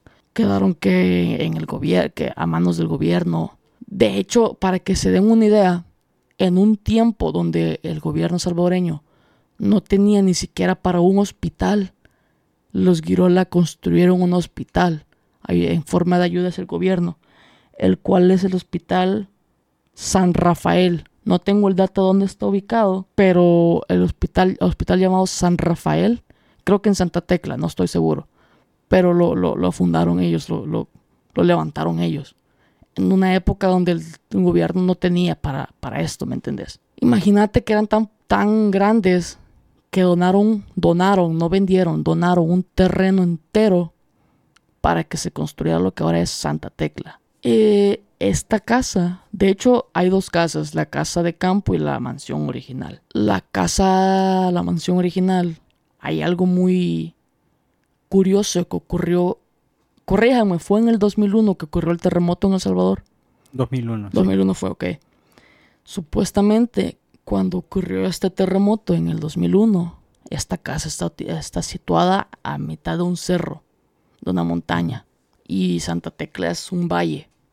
a manos del gobierno. De hecho, para que se den una idea, en un tiempo donde el gobierno salvadoreño no tenía ni siquiera para un hospital, los Girola construyeron un hospital en forma de ayuda hacia el gobierno, el cual es el Hospital San Rafael. No tengo el dato de dónde está ubicado, pero el hospital llamado San Rafael, creo que en Santa Tecla, no estoy seguro, pero lo fundaron ellos, lo levantaron ellos, en una época donde el gobierno no tenía para esto, ¿me entendés? Imagínate que eran tan grandes que donaron, no vendieron, donaron un terreno entero para que se construyera lo que ahora es Santa Tecla. Esta casa, de hecho hay dos casas, la casa de campo y la mansión original. La mansión original, hay algo muy curioso que ocurrió. Corríjame, fue en el 2001 que ocurrió el terremoto en El Salvador. 2001. 2001 fue, ok. Supuestamente, cuando ocurrió este terremoto en el 2001, esta casa está situada a mitad de un cerro, de una montaña. Y Santa Tecla es un valle.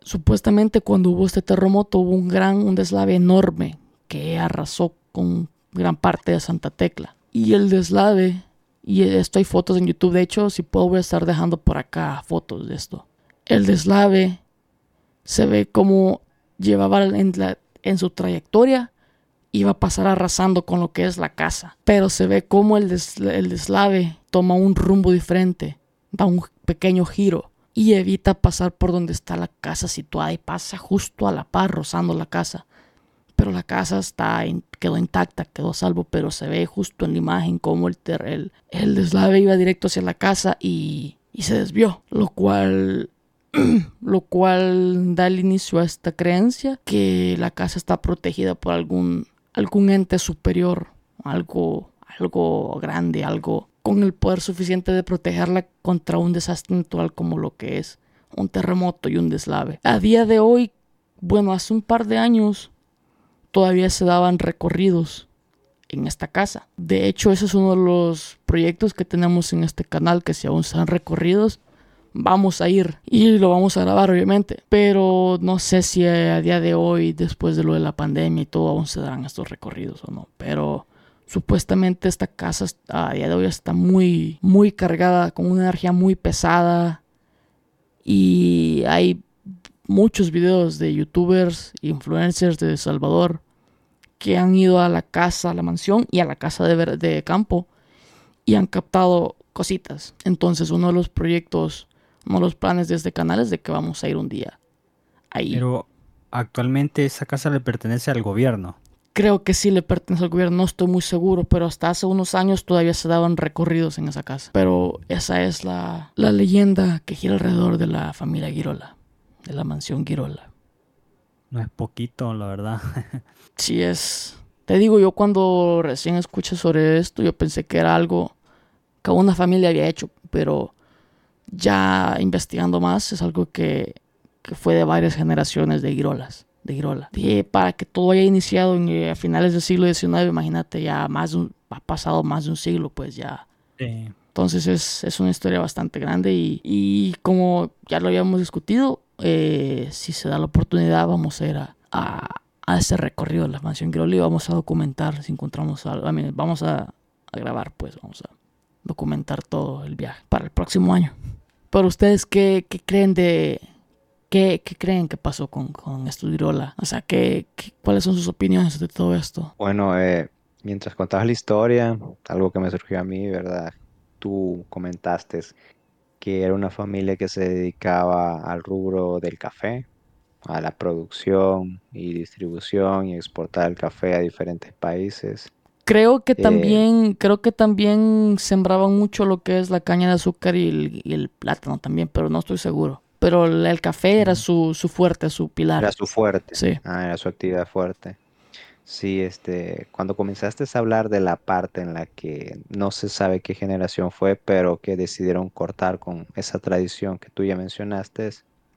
supuestamente cuando hubo este terremoto hubo un deslave enorme que arrasó con gran parte de Santa Tecla. Y el deslave, y esto hay fotos en YouTube, de hecho, si puedo voy a estar dejando por acá fotos de esto. El deslave se ve como llevaba en su trayectoria, iba a pasar arrasando con lo que es la casa. Pero se ve como el deslave toma un rumbo diferente, da un pequeño giro y evita pasar por donde está la casa situada y pasa justo a la par, rozando la casa. Pero la casa quedó intacta, quedó a salvo, pero se ve justo en la imagen como el deslave iba directo hacia la casa y se desvió, lo cual da el inicio a esta creencia que la casa está protegida por algún ente superior, algo grande, algo con el poder suficiente de protegerla contra un desastre natural como lo que es un terremoto y un deslave. A día de hoy, bueno, hace un par de años todavía se daban recorridos en esta casa. De hecho, ese es uno de los proyectos que tenemos en este canal, que si aún se dan recorridos, vamos a ir y lo vamos a grabar obviamente, pero no sé si a día de hoy, después de lo de la pandemia y todo, aún se darán estos recorridos o no, pero supuestamente esta casa a día de hoy está muy, muy cargada, con una energía muy pesada, y hay muchos videos de youtubers, influencers de El Salvador que han ido a la casa, a la mansión y a la casa de campo y han captado cositas. Entonces uno de los proyectos, uno de los planes de este canal es de que vamos a ir un día ahí. Pero actualmente esa casa le pertenece al gobierno. Creo que sí le pertenece al gobierno, no estoy muy seguro, pero hasta hace unos años todavía se daban recorridos en esa casa. Pero esa es la leyenda que gira alrededor de la familia Girola, de la mansión Girola. No es poquito, la verdad. Sí es. Te digo, yo cuando recién escuché sobre esto, yo pensé que era algo que una familia había hecho, pero ya investigando más, es algo que fue de varias generaciones de Girolas. Para que todo haya iniciado a finales del siglo XIX, imagínate, ya ha pasado más de un siglo, pues ya. Sí. Entonces es una historia bastante grande y como ya lo habíamos discutido, si se da la oportunidad vamos a ir a ese recorrido de la mansión Girola y vamos a documentar si encontramos algo. Vamos a grabar, pues vamos a documentar todo el viaje para el próximo año. Pero ustedes, ¿qué creen ¿Qué creen que pasó con esto de Girola? O sea, ¿cuáles son sus opiniones de todo esto? Bueno, mientras contabas la historia, algo que me surgió a mí, ¿verdad? Tú comentaste que era una familia que se dedicaba al rubro del café, a la producción y distribución y exportar el café a diferentes países. Creo que Eh, también sembraban mucho lo que es la caña de azúcar y el plátano también, pero no estoy seguro. Pero el café era su fuerte, su Era pilar. su fuerte, Sí. era su actividad fuerte. Sí, cuando comenzaste a hablar de la parte en la que no se sabe qué generación fue, pero que decidieron cortar con esa tradición que tú ya mencionaste,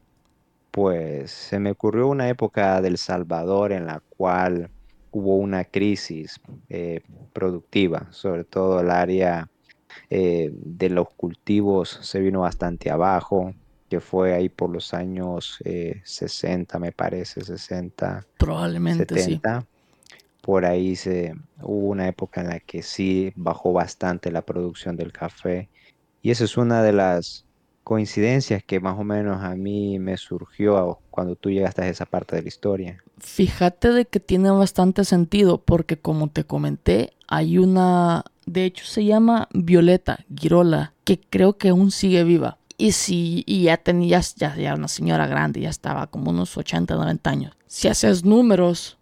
pues se me ocurrió una época del Salvador en la cual hubo una crisis productiva, sobre todo el área de los cultivos se vino bastante abajo, que fue ahí por los años 60, me parece, 60, Probablemente sí. 70. Por ahí hubo una época en la que sí bajó bastante la producción del café. Y esa es una de las coincidencias que más o menos a mí me surgió cuando tú llegaste a esa parte de la historia. Fíjate de que tiene bastante sentido porque como te comenté, hay de hecho se llama Violeta Girola, que creo que aún sigue viva. Y ya tenía ya una señora grande, ya estaba como unos 80, 90 años. Si haces números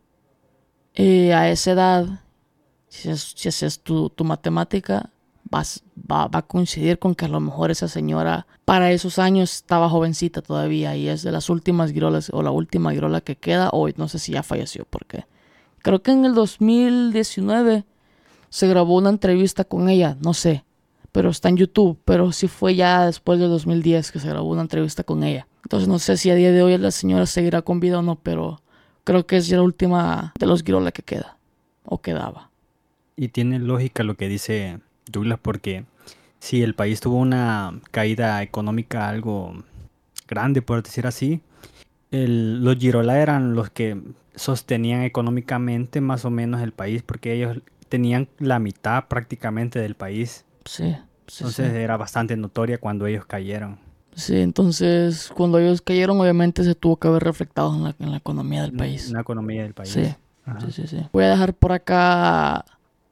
a esa edad, si haces tu matemática, va a coincidir con que a lo mejor esa señora para esos años estaba jovencita todavía y es de las últimas girolas o la última girola que queda hoy. No sé si ya falleció porque creo que en el 2019 se grabó una entrevista con ella, no sé, pero está en YouTube, pero sí fue ya después del 2010 que se grabó una entrevista con ella. Entonces no sé si a día de hoy la señora seguirá con vida o no, pero creo que es ya la última de los girola que queda o quedaba. Y tiene lógica lo que dice Douglas, porque si el país tuvo una caída económica algo grande, por decir así, Los Girola eran los que sostenían económicamente más o menos el país, porque ellos tenían la mitad prácticamente del país. Sí, sí, Entonces sí. era bastante notoria cuando ellos cayeron. Sí, entonces cuando ellos cayeron, obviamente se tuvo que haber reflectado en la economía del En país. la economía del país. Sí, Ajá. sí. Voy a dejar por acá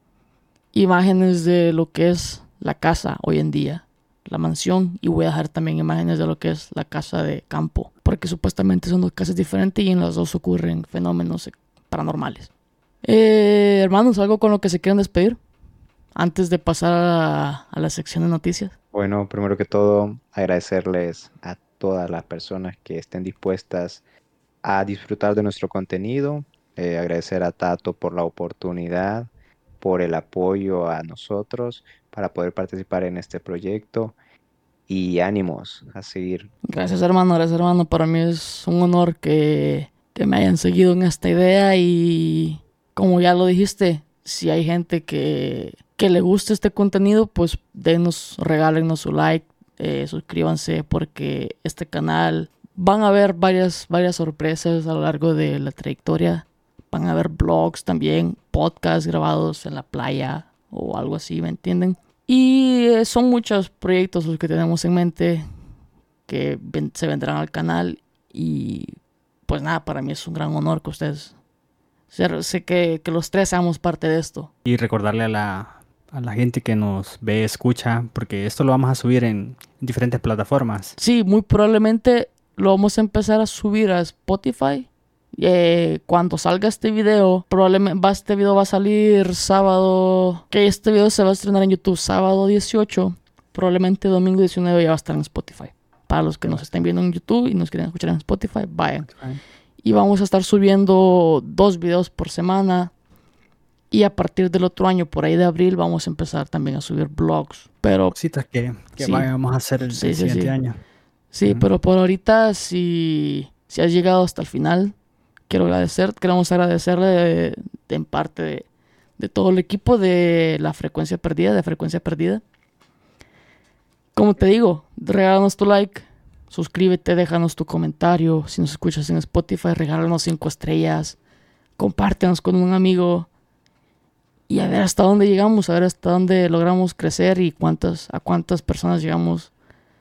imágenes de lo que es la casa hoy en día, la mansión, y voy a dejar también imágenes de lo que es la casa de campo, porque supuestamente son dos casas diferentes y en las dos ocurren fenómenos paranormales. Hermanos, ¿algo con lo que se quieran despedir antes de pasar a la sección de noticias? Bueno, primero que todo, agradecerles a todas las personas que estén dispuestas a disfrutar de nuestro contenido. Agradecer a Tato por la oportunidad, por el apoyo a nosotros para poder participar en este proyecto y ánimos a seguir. Gracias hermano, para mí es un honor que me hayan seguido en esta idea y como ya lo dijiste, si hay gente que le guste este contenido, pues regálenos su like, suscríbanse porque este canal van a haber varias sorpresas a lo largo de la trayectoria, van a haber vlogs también, podcasts grabados en la playa o algo así, ¿me entienden? Y son muchos proyectos los que tenemos en mente que se vendrán al canal y pues nada, para mí es un gran honor que ustedes, sé que los tres seamos parte de esto. Y recordarle a la gente que nos ve, escucha, porque esto lo vamos a subir en diferentes plataformas. Sí, muy probablemente lo vamos a empezar a subir a Spotify. Cuando salga este video, probablemente este video va a salir sábado, que este video se va a estrenar en YouTube sábado 18, probablemente domingo 19 ya va a estar en Spotify. Para los que nos estén viendo en YouTube y nos quieren escuchar en Spotify, vayan. Y vamos a estar subiendo 2 videos por semana. Y a partir del otro año, por ahí de abril, vamos a empezar también a subir vlogs. Pero Cositas que sí, vamos a hacer el sí, siguiente año. Sí, pero por ahorita, si has llegado hasta el final, queremos agradecerle en parte de todo el equipo de Frecuencia Perdida. Como te digo, regálanos tu like, suscríbete, déjanos tu comentario. Si nos escuchas en Spotify, regálanos 5 estrellas, compártenos con un amigo y a ver hasta dónde llegamos, a ver hasta dónde logramos crecer y a cuántas personas llegamos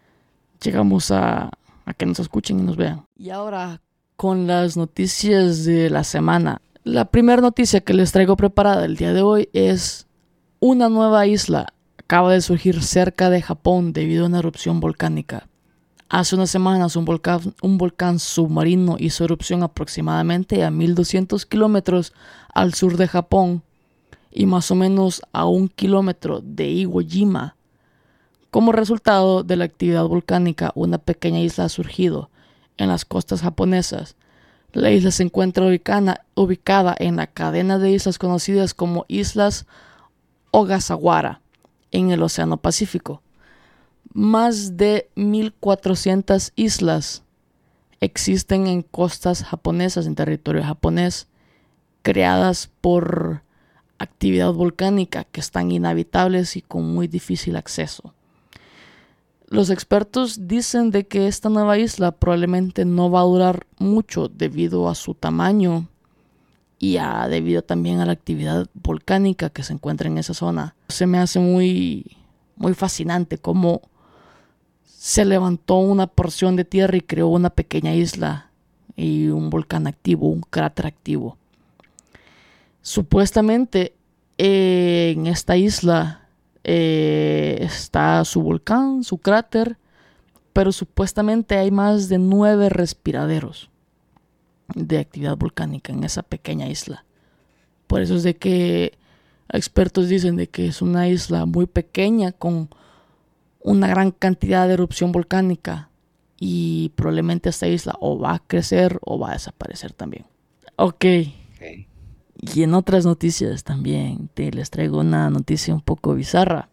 a que nos escuchen y nos vean. Y ahora con las noticias de la semana. La primera noticia que les traigo preparada el día de hoy es una nueva isla acaba de surgir cerca de Japón debido a una erupción volcánica. Hace unas semanas un volcán submarino hizo erupción aproximadamente a 1200 kilómetros al sur de Japón y más o menos a 1 kilómetro de Iwo Jima. Como resultado de la actividad volcánica, una pequeña isla ha surgido en las costas japonesas. La isla se encuentra ubicada en la cadena de islas conocidas como Islas Ogasawara, en el Océano Pacífico. Más de 1400 islas existen en costas japonesas, en territorio japonés, creadas por actividad volcánica que están inhabitables y con muy difícil acceso. Los expertos dicen de que esta nueva isla probablemente no va a durar mucho debido a su tamaño y debido también a la actividad volcánica que se encuentra en esa zona. Se me hace muy, muy fascinante cómo se levantó una porción de tierra y creó una pequeña isla y un volcán activo, un cráter activo. Supuestamente en esta isla está su volcán, su cráter, pero supuestamente hay más de 9 respiraderos de actividad volcánica en esa pequeña isla. Por eso es de que expertos dicen de que es una isla muy pequeña con una gran cantidad de erupción volcánica y probablemente esta isla o va a crecer o va a desaparecer también. Ok. Y en otras noticias también les traigo una noticia un poco bizarra.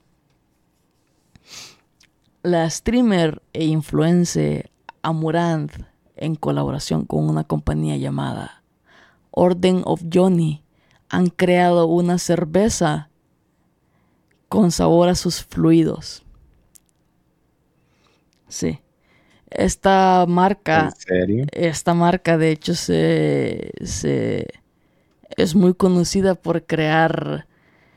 La streamer e influencer Amouranth, en colaboración con una compañía llamada Orden of Johnny, han creado una cerveza con sabor a sus fluidos. Sí. Esta ¿En marca, serio? de hecho, es muy conocida por crear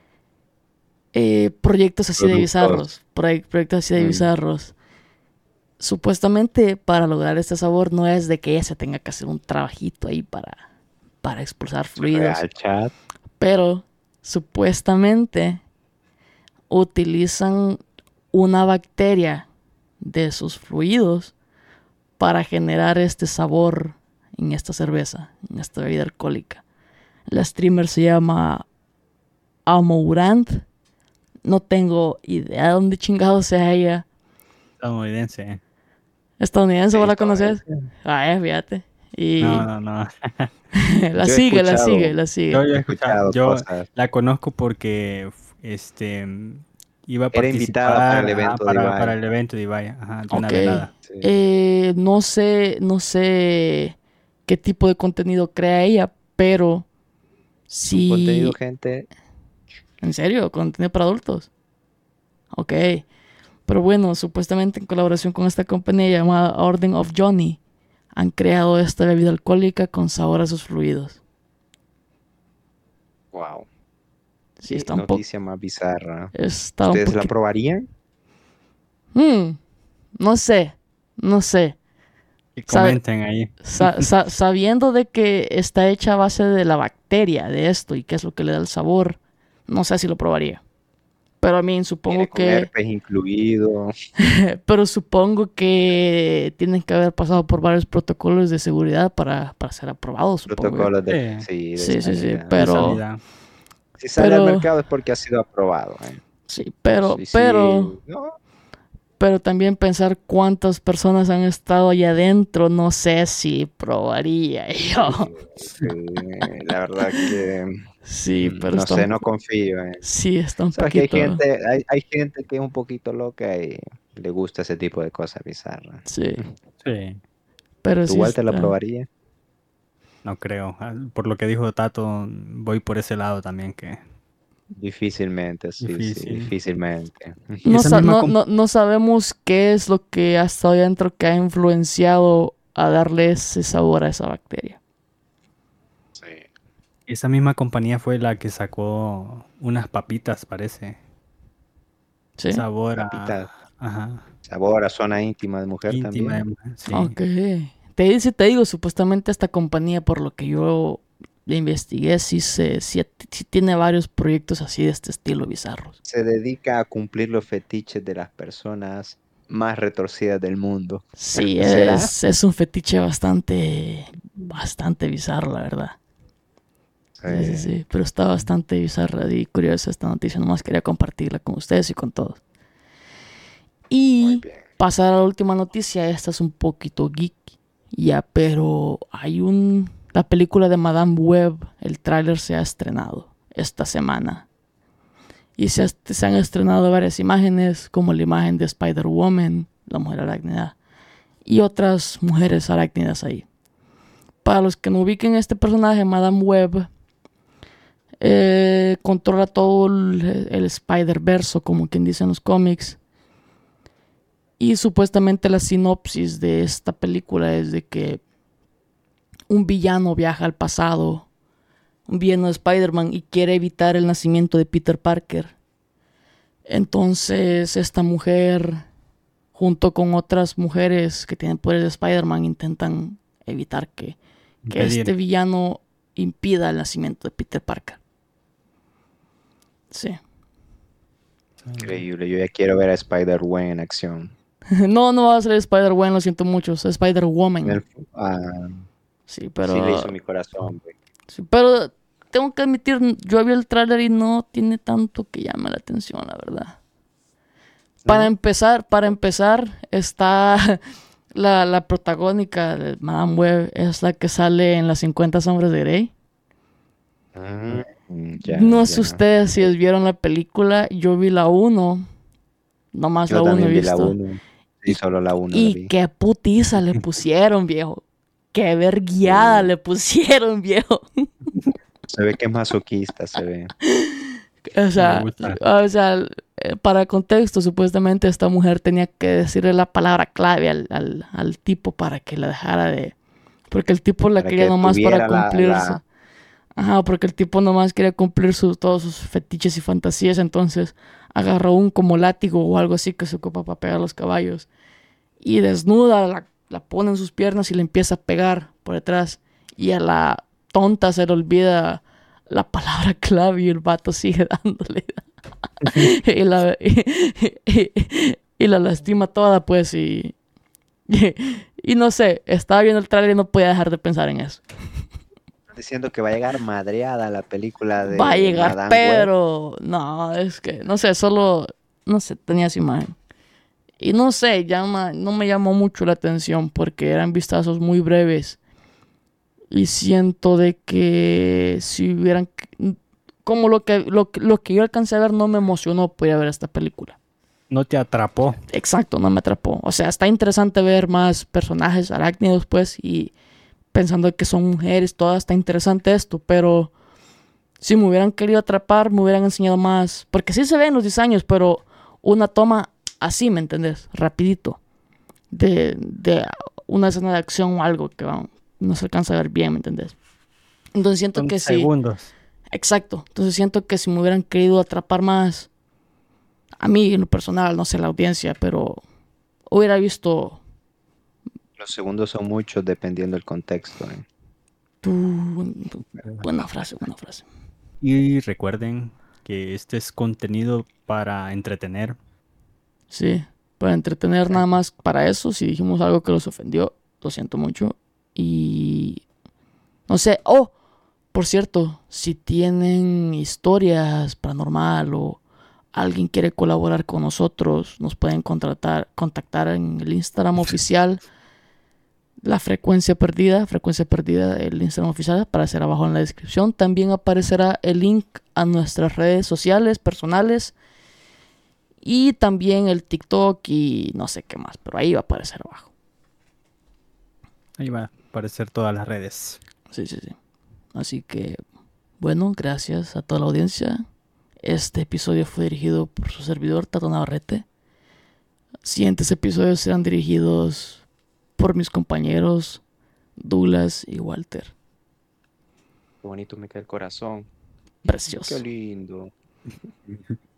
proyectos así de Productos. bizarros. Proyectos así de Mm, bizarros. Supuestamente, para lograr este sabor, no es de que ella se tenga que hacer un trabajito ahí para expulsar fluidos. Real chat. Pero, supuestamente, utilizan una bacteria de sus fluidos para generar este sabor en esta cerveza, en esta bebida alcohólica. La streamer se llama Amourant. No tengo idea de dónde chingado sea ella. Estadounidense. Estadounidense, Sí, ¿vos la estaba conoces? bien. Fíjate. Y No. la Yo he sigue, la escuchado, sigue, la Yo sigue. he he escuchado, escuchado yo cosas. la conozco porque iba a Era invitada para participar, el ajá, evento de para Ibai. el evento de Ibai, ajá, de una Ok. velada. Sí. No sé qué tipo de contenido crea ella, pero Su contenido, sí. gente, ¿En serio? ¿Contenido para adultos? Ok. Pero bueno, supuestamente en colaboración con esta compañía llamada Orden of Johnny, han creado esta bebida alcohólica con sabor a sus fluidos. wow. Sí, Qué está un poco. noticia más bizarra. Está un ¿Ustedes la poquito. probarían? No sé. No sé. Que Sa- comenten ahí. sabiendo de que está hecha a base de la bacteria de esto y que es lo que le da el sabor, no sé si lo probaría. Pero a mí Viene supongo con que. herpes incluido. Pero supongo que tienen que haber pasado por varios protocolos de seguridad para ser aprobados, supongo yo. Protocolos de, Sí, sí, de Sí, sí, sí, sanidad. de pero, sanidad. Si sale al pero, mercado es porque ha sido aprobado. sí, Sí, sí, no, pero también pensar cuántas personas han estado allá adentro, no sé si probaría yo. sí, la verdad que Sí, pero no sé, no confío. sí, está un Sabes que poquito, hay gente que es un poquito loca y le gusta ese tipo de cosas bizarras. sí, Sí, pero ¿Tú, sí Walter, la está. probarías? no creo. Por lo que dijo Tato, voy por ese lado también, que Difícilmente, sí, difícil. difícilmente. Y No, esa misma no sabemos qué es lo que ha estado adentro que ha influenciado a darle ese sabor a esa bacteria. Sí. esa misma compañía fue la que sacó unas papitas, parece. ¿Sí? Sabor Papitas, ajá, sabor a zona íntima de mujer íntima de también. mujer, sí. Ok. Te digo, supuestamente esta compañía, por lo que yo le investigué, sí tiene varios proyectos así de este estilo bizarros. Se dedica a cumplir los fetiches de las personas más retorcidas del mundo. Sí, ¿Será? es un fetiche bastante bizarro, la verdad. Sí, pero está bastante bizarra y curiosa esta noticia. Nomás quería compartirla con ustedes y con todos. Muy Y bien. pasar a la última noticia, esta es un poquito geek, ya, pero la película de Madame Web, el tráiler se ha estrenado esta semana. Y se han estrenado varias imágenes, como la imagen de Spider-Woman, la mujer arácnida, y otras mujeres arácnidas ahí. Para los que no ubiquen este personaje, Madame Web controla todo el Spider-Verse, como quien dice en los cómics. Y supuestamente la sinopsis de esta película es de que un villano viaja al pasado, un villano de Spider-Man, y quiere evitar el nacimiento de Peter Parker. Entonces esta mujer, junto con otras mujeres que tienen poderes de Spider-Man, intentan evitar que Impedir. este villano impida el nacimiento de Peter Parker. Sí. Increíble, yo ya quiero ver a Spider-Man en acción. No va a ser Spider-Man, lo siento mucho, es Spider-Woman. Ah, Sí, sí le pero hizo mi corazón, güey. sí, pero tengo que admitir, yo vi el tráiler y no tiene tanto que llame la atención, la verdad. Para empezar, está la protagónica de Madame Web, es la que sale en las 50 sombras de Grey. No sé ustedes si vieron la película, yo vi la 1, nomás Yo la 1 he también vi la visto. 1. Sí, solo la 1 la Y vi. qué putiza le pusieron, viejo. Qué verguiada le pusieron, viejo. Se ve que es masoquista, se ve. O sea, Me gusta. para contexto, supuestamente esta mujer tenía que decirle la palabra clave al tipo para que la dejara de... Porque el tipo la Para quería que nomás para tuviera cumplir Ajá, porque el tipo nomás quería cumplir todos sus fetiches y fantasías, entonces agarró un como látigo o algo así que se ocupa para pegar a los caballos y desnuda, la pone en sus piernas y le empieza a pegar por detrás y a la tonta se le olvida la palabra clave y el vato sigue dándole y y la lastima toda pues y no sé, estaba viendo el trailer y no podía dejar de pensar en eso. diciendo que va a llegar madreada la película Va a de llegar, Madame Web. pero no, es que, no sé, solo, no sé, tenía esa imagen. Y no sé, no me llamó mucho la atención porque eran vistazos muy breves. Y siento de que si hubieran, como lo que yo alcancé a ver no me emocionó poder ver esta película. No te atrapó. Exacto, no me atrapó. O sea, está interesante ver más personajes arácnidos, pues, y pensando que son mujeres, todas, está interesante esto, pero si me hubieran querido atrapar, me hubieran enseñado más. Porque sí se ven los diseños, pero una toma así, ¿me entendés? Rapidito. De una escena de acción o algo que no se alcanza a ver bien, ¿me entendés? Entonces siento Son que sí. segundos. Exacto. Entonces siento que si me hubieran querido atrapar más, a mí en lo personal, no sé la audiencia, pero hubiera visto Los segundos son muchos dependiendo del contexto. buena frase, buena frase. Y recuerden que este es contenido para entretener. Sí, para entretener nada más para eso. Si dijimos algo que los ofendió, lo siento mucho. Y no sé, por cierto, si tienen historias paranormal o alguien quiere colaborar con nosotros, nos pueden contactar en el Instagram oficial, la frecuencia perdida, el Instagram oficial, aparecerá abajo en la descripción. También aparecerá el link a nuestras redes sociales personales y también el TikTok y no sé qué más, pero ahí va a aparecer abajo. Ahí va a aparecer todas las redes. Sí. Así que, bueno, gracias a toda la audiencia. Este episodio fue dirigido por su servidor, Tato Navarrete. Siguientes episodios serán dirigidos por mis compañeros Douglas y Walter. Qué bonito me queda el corazón. Precioso. Qué lindo.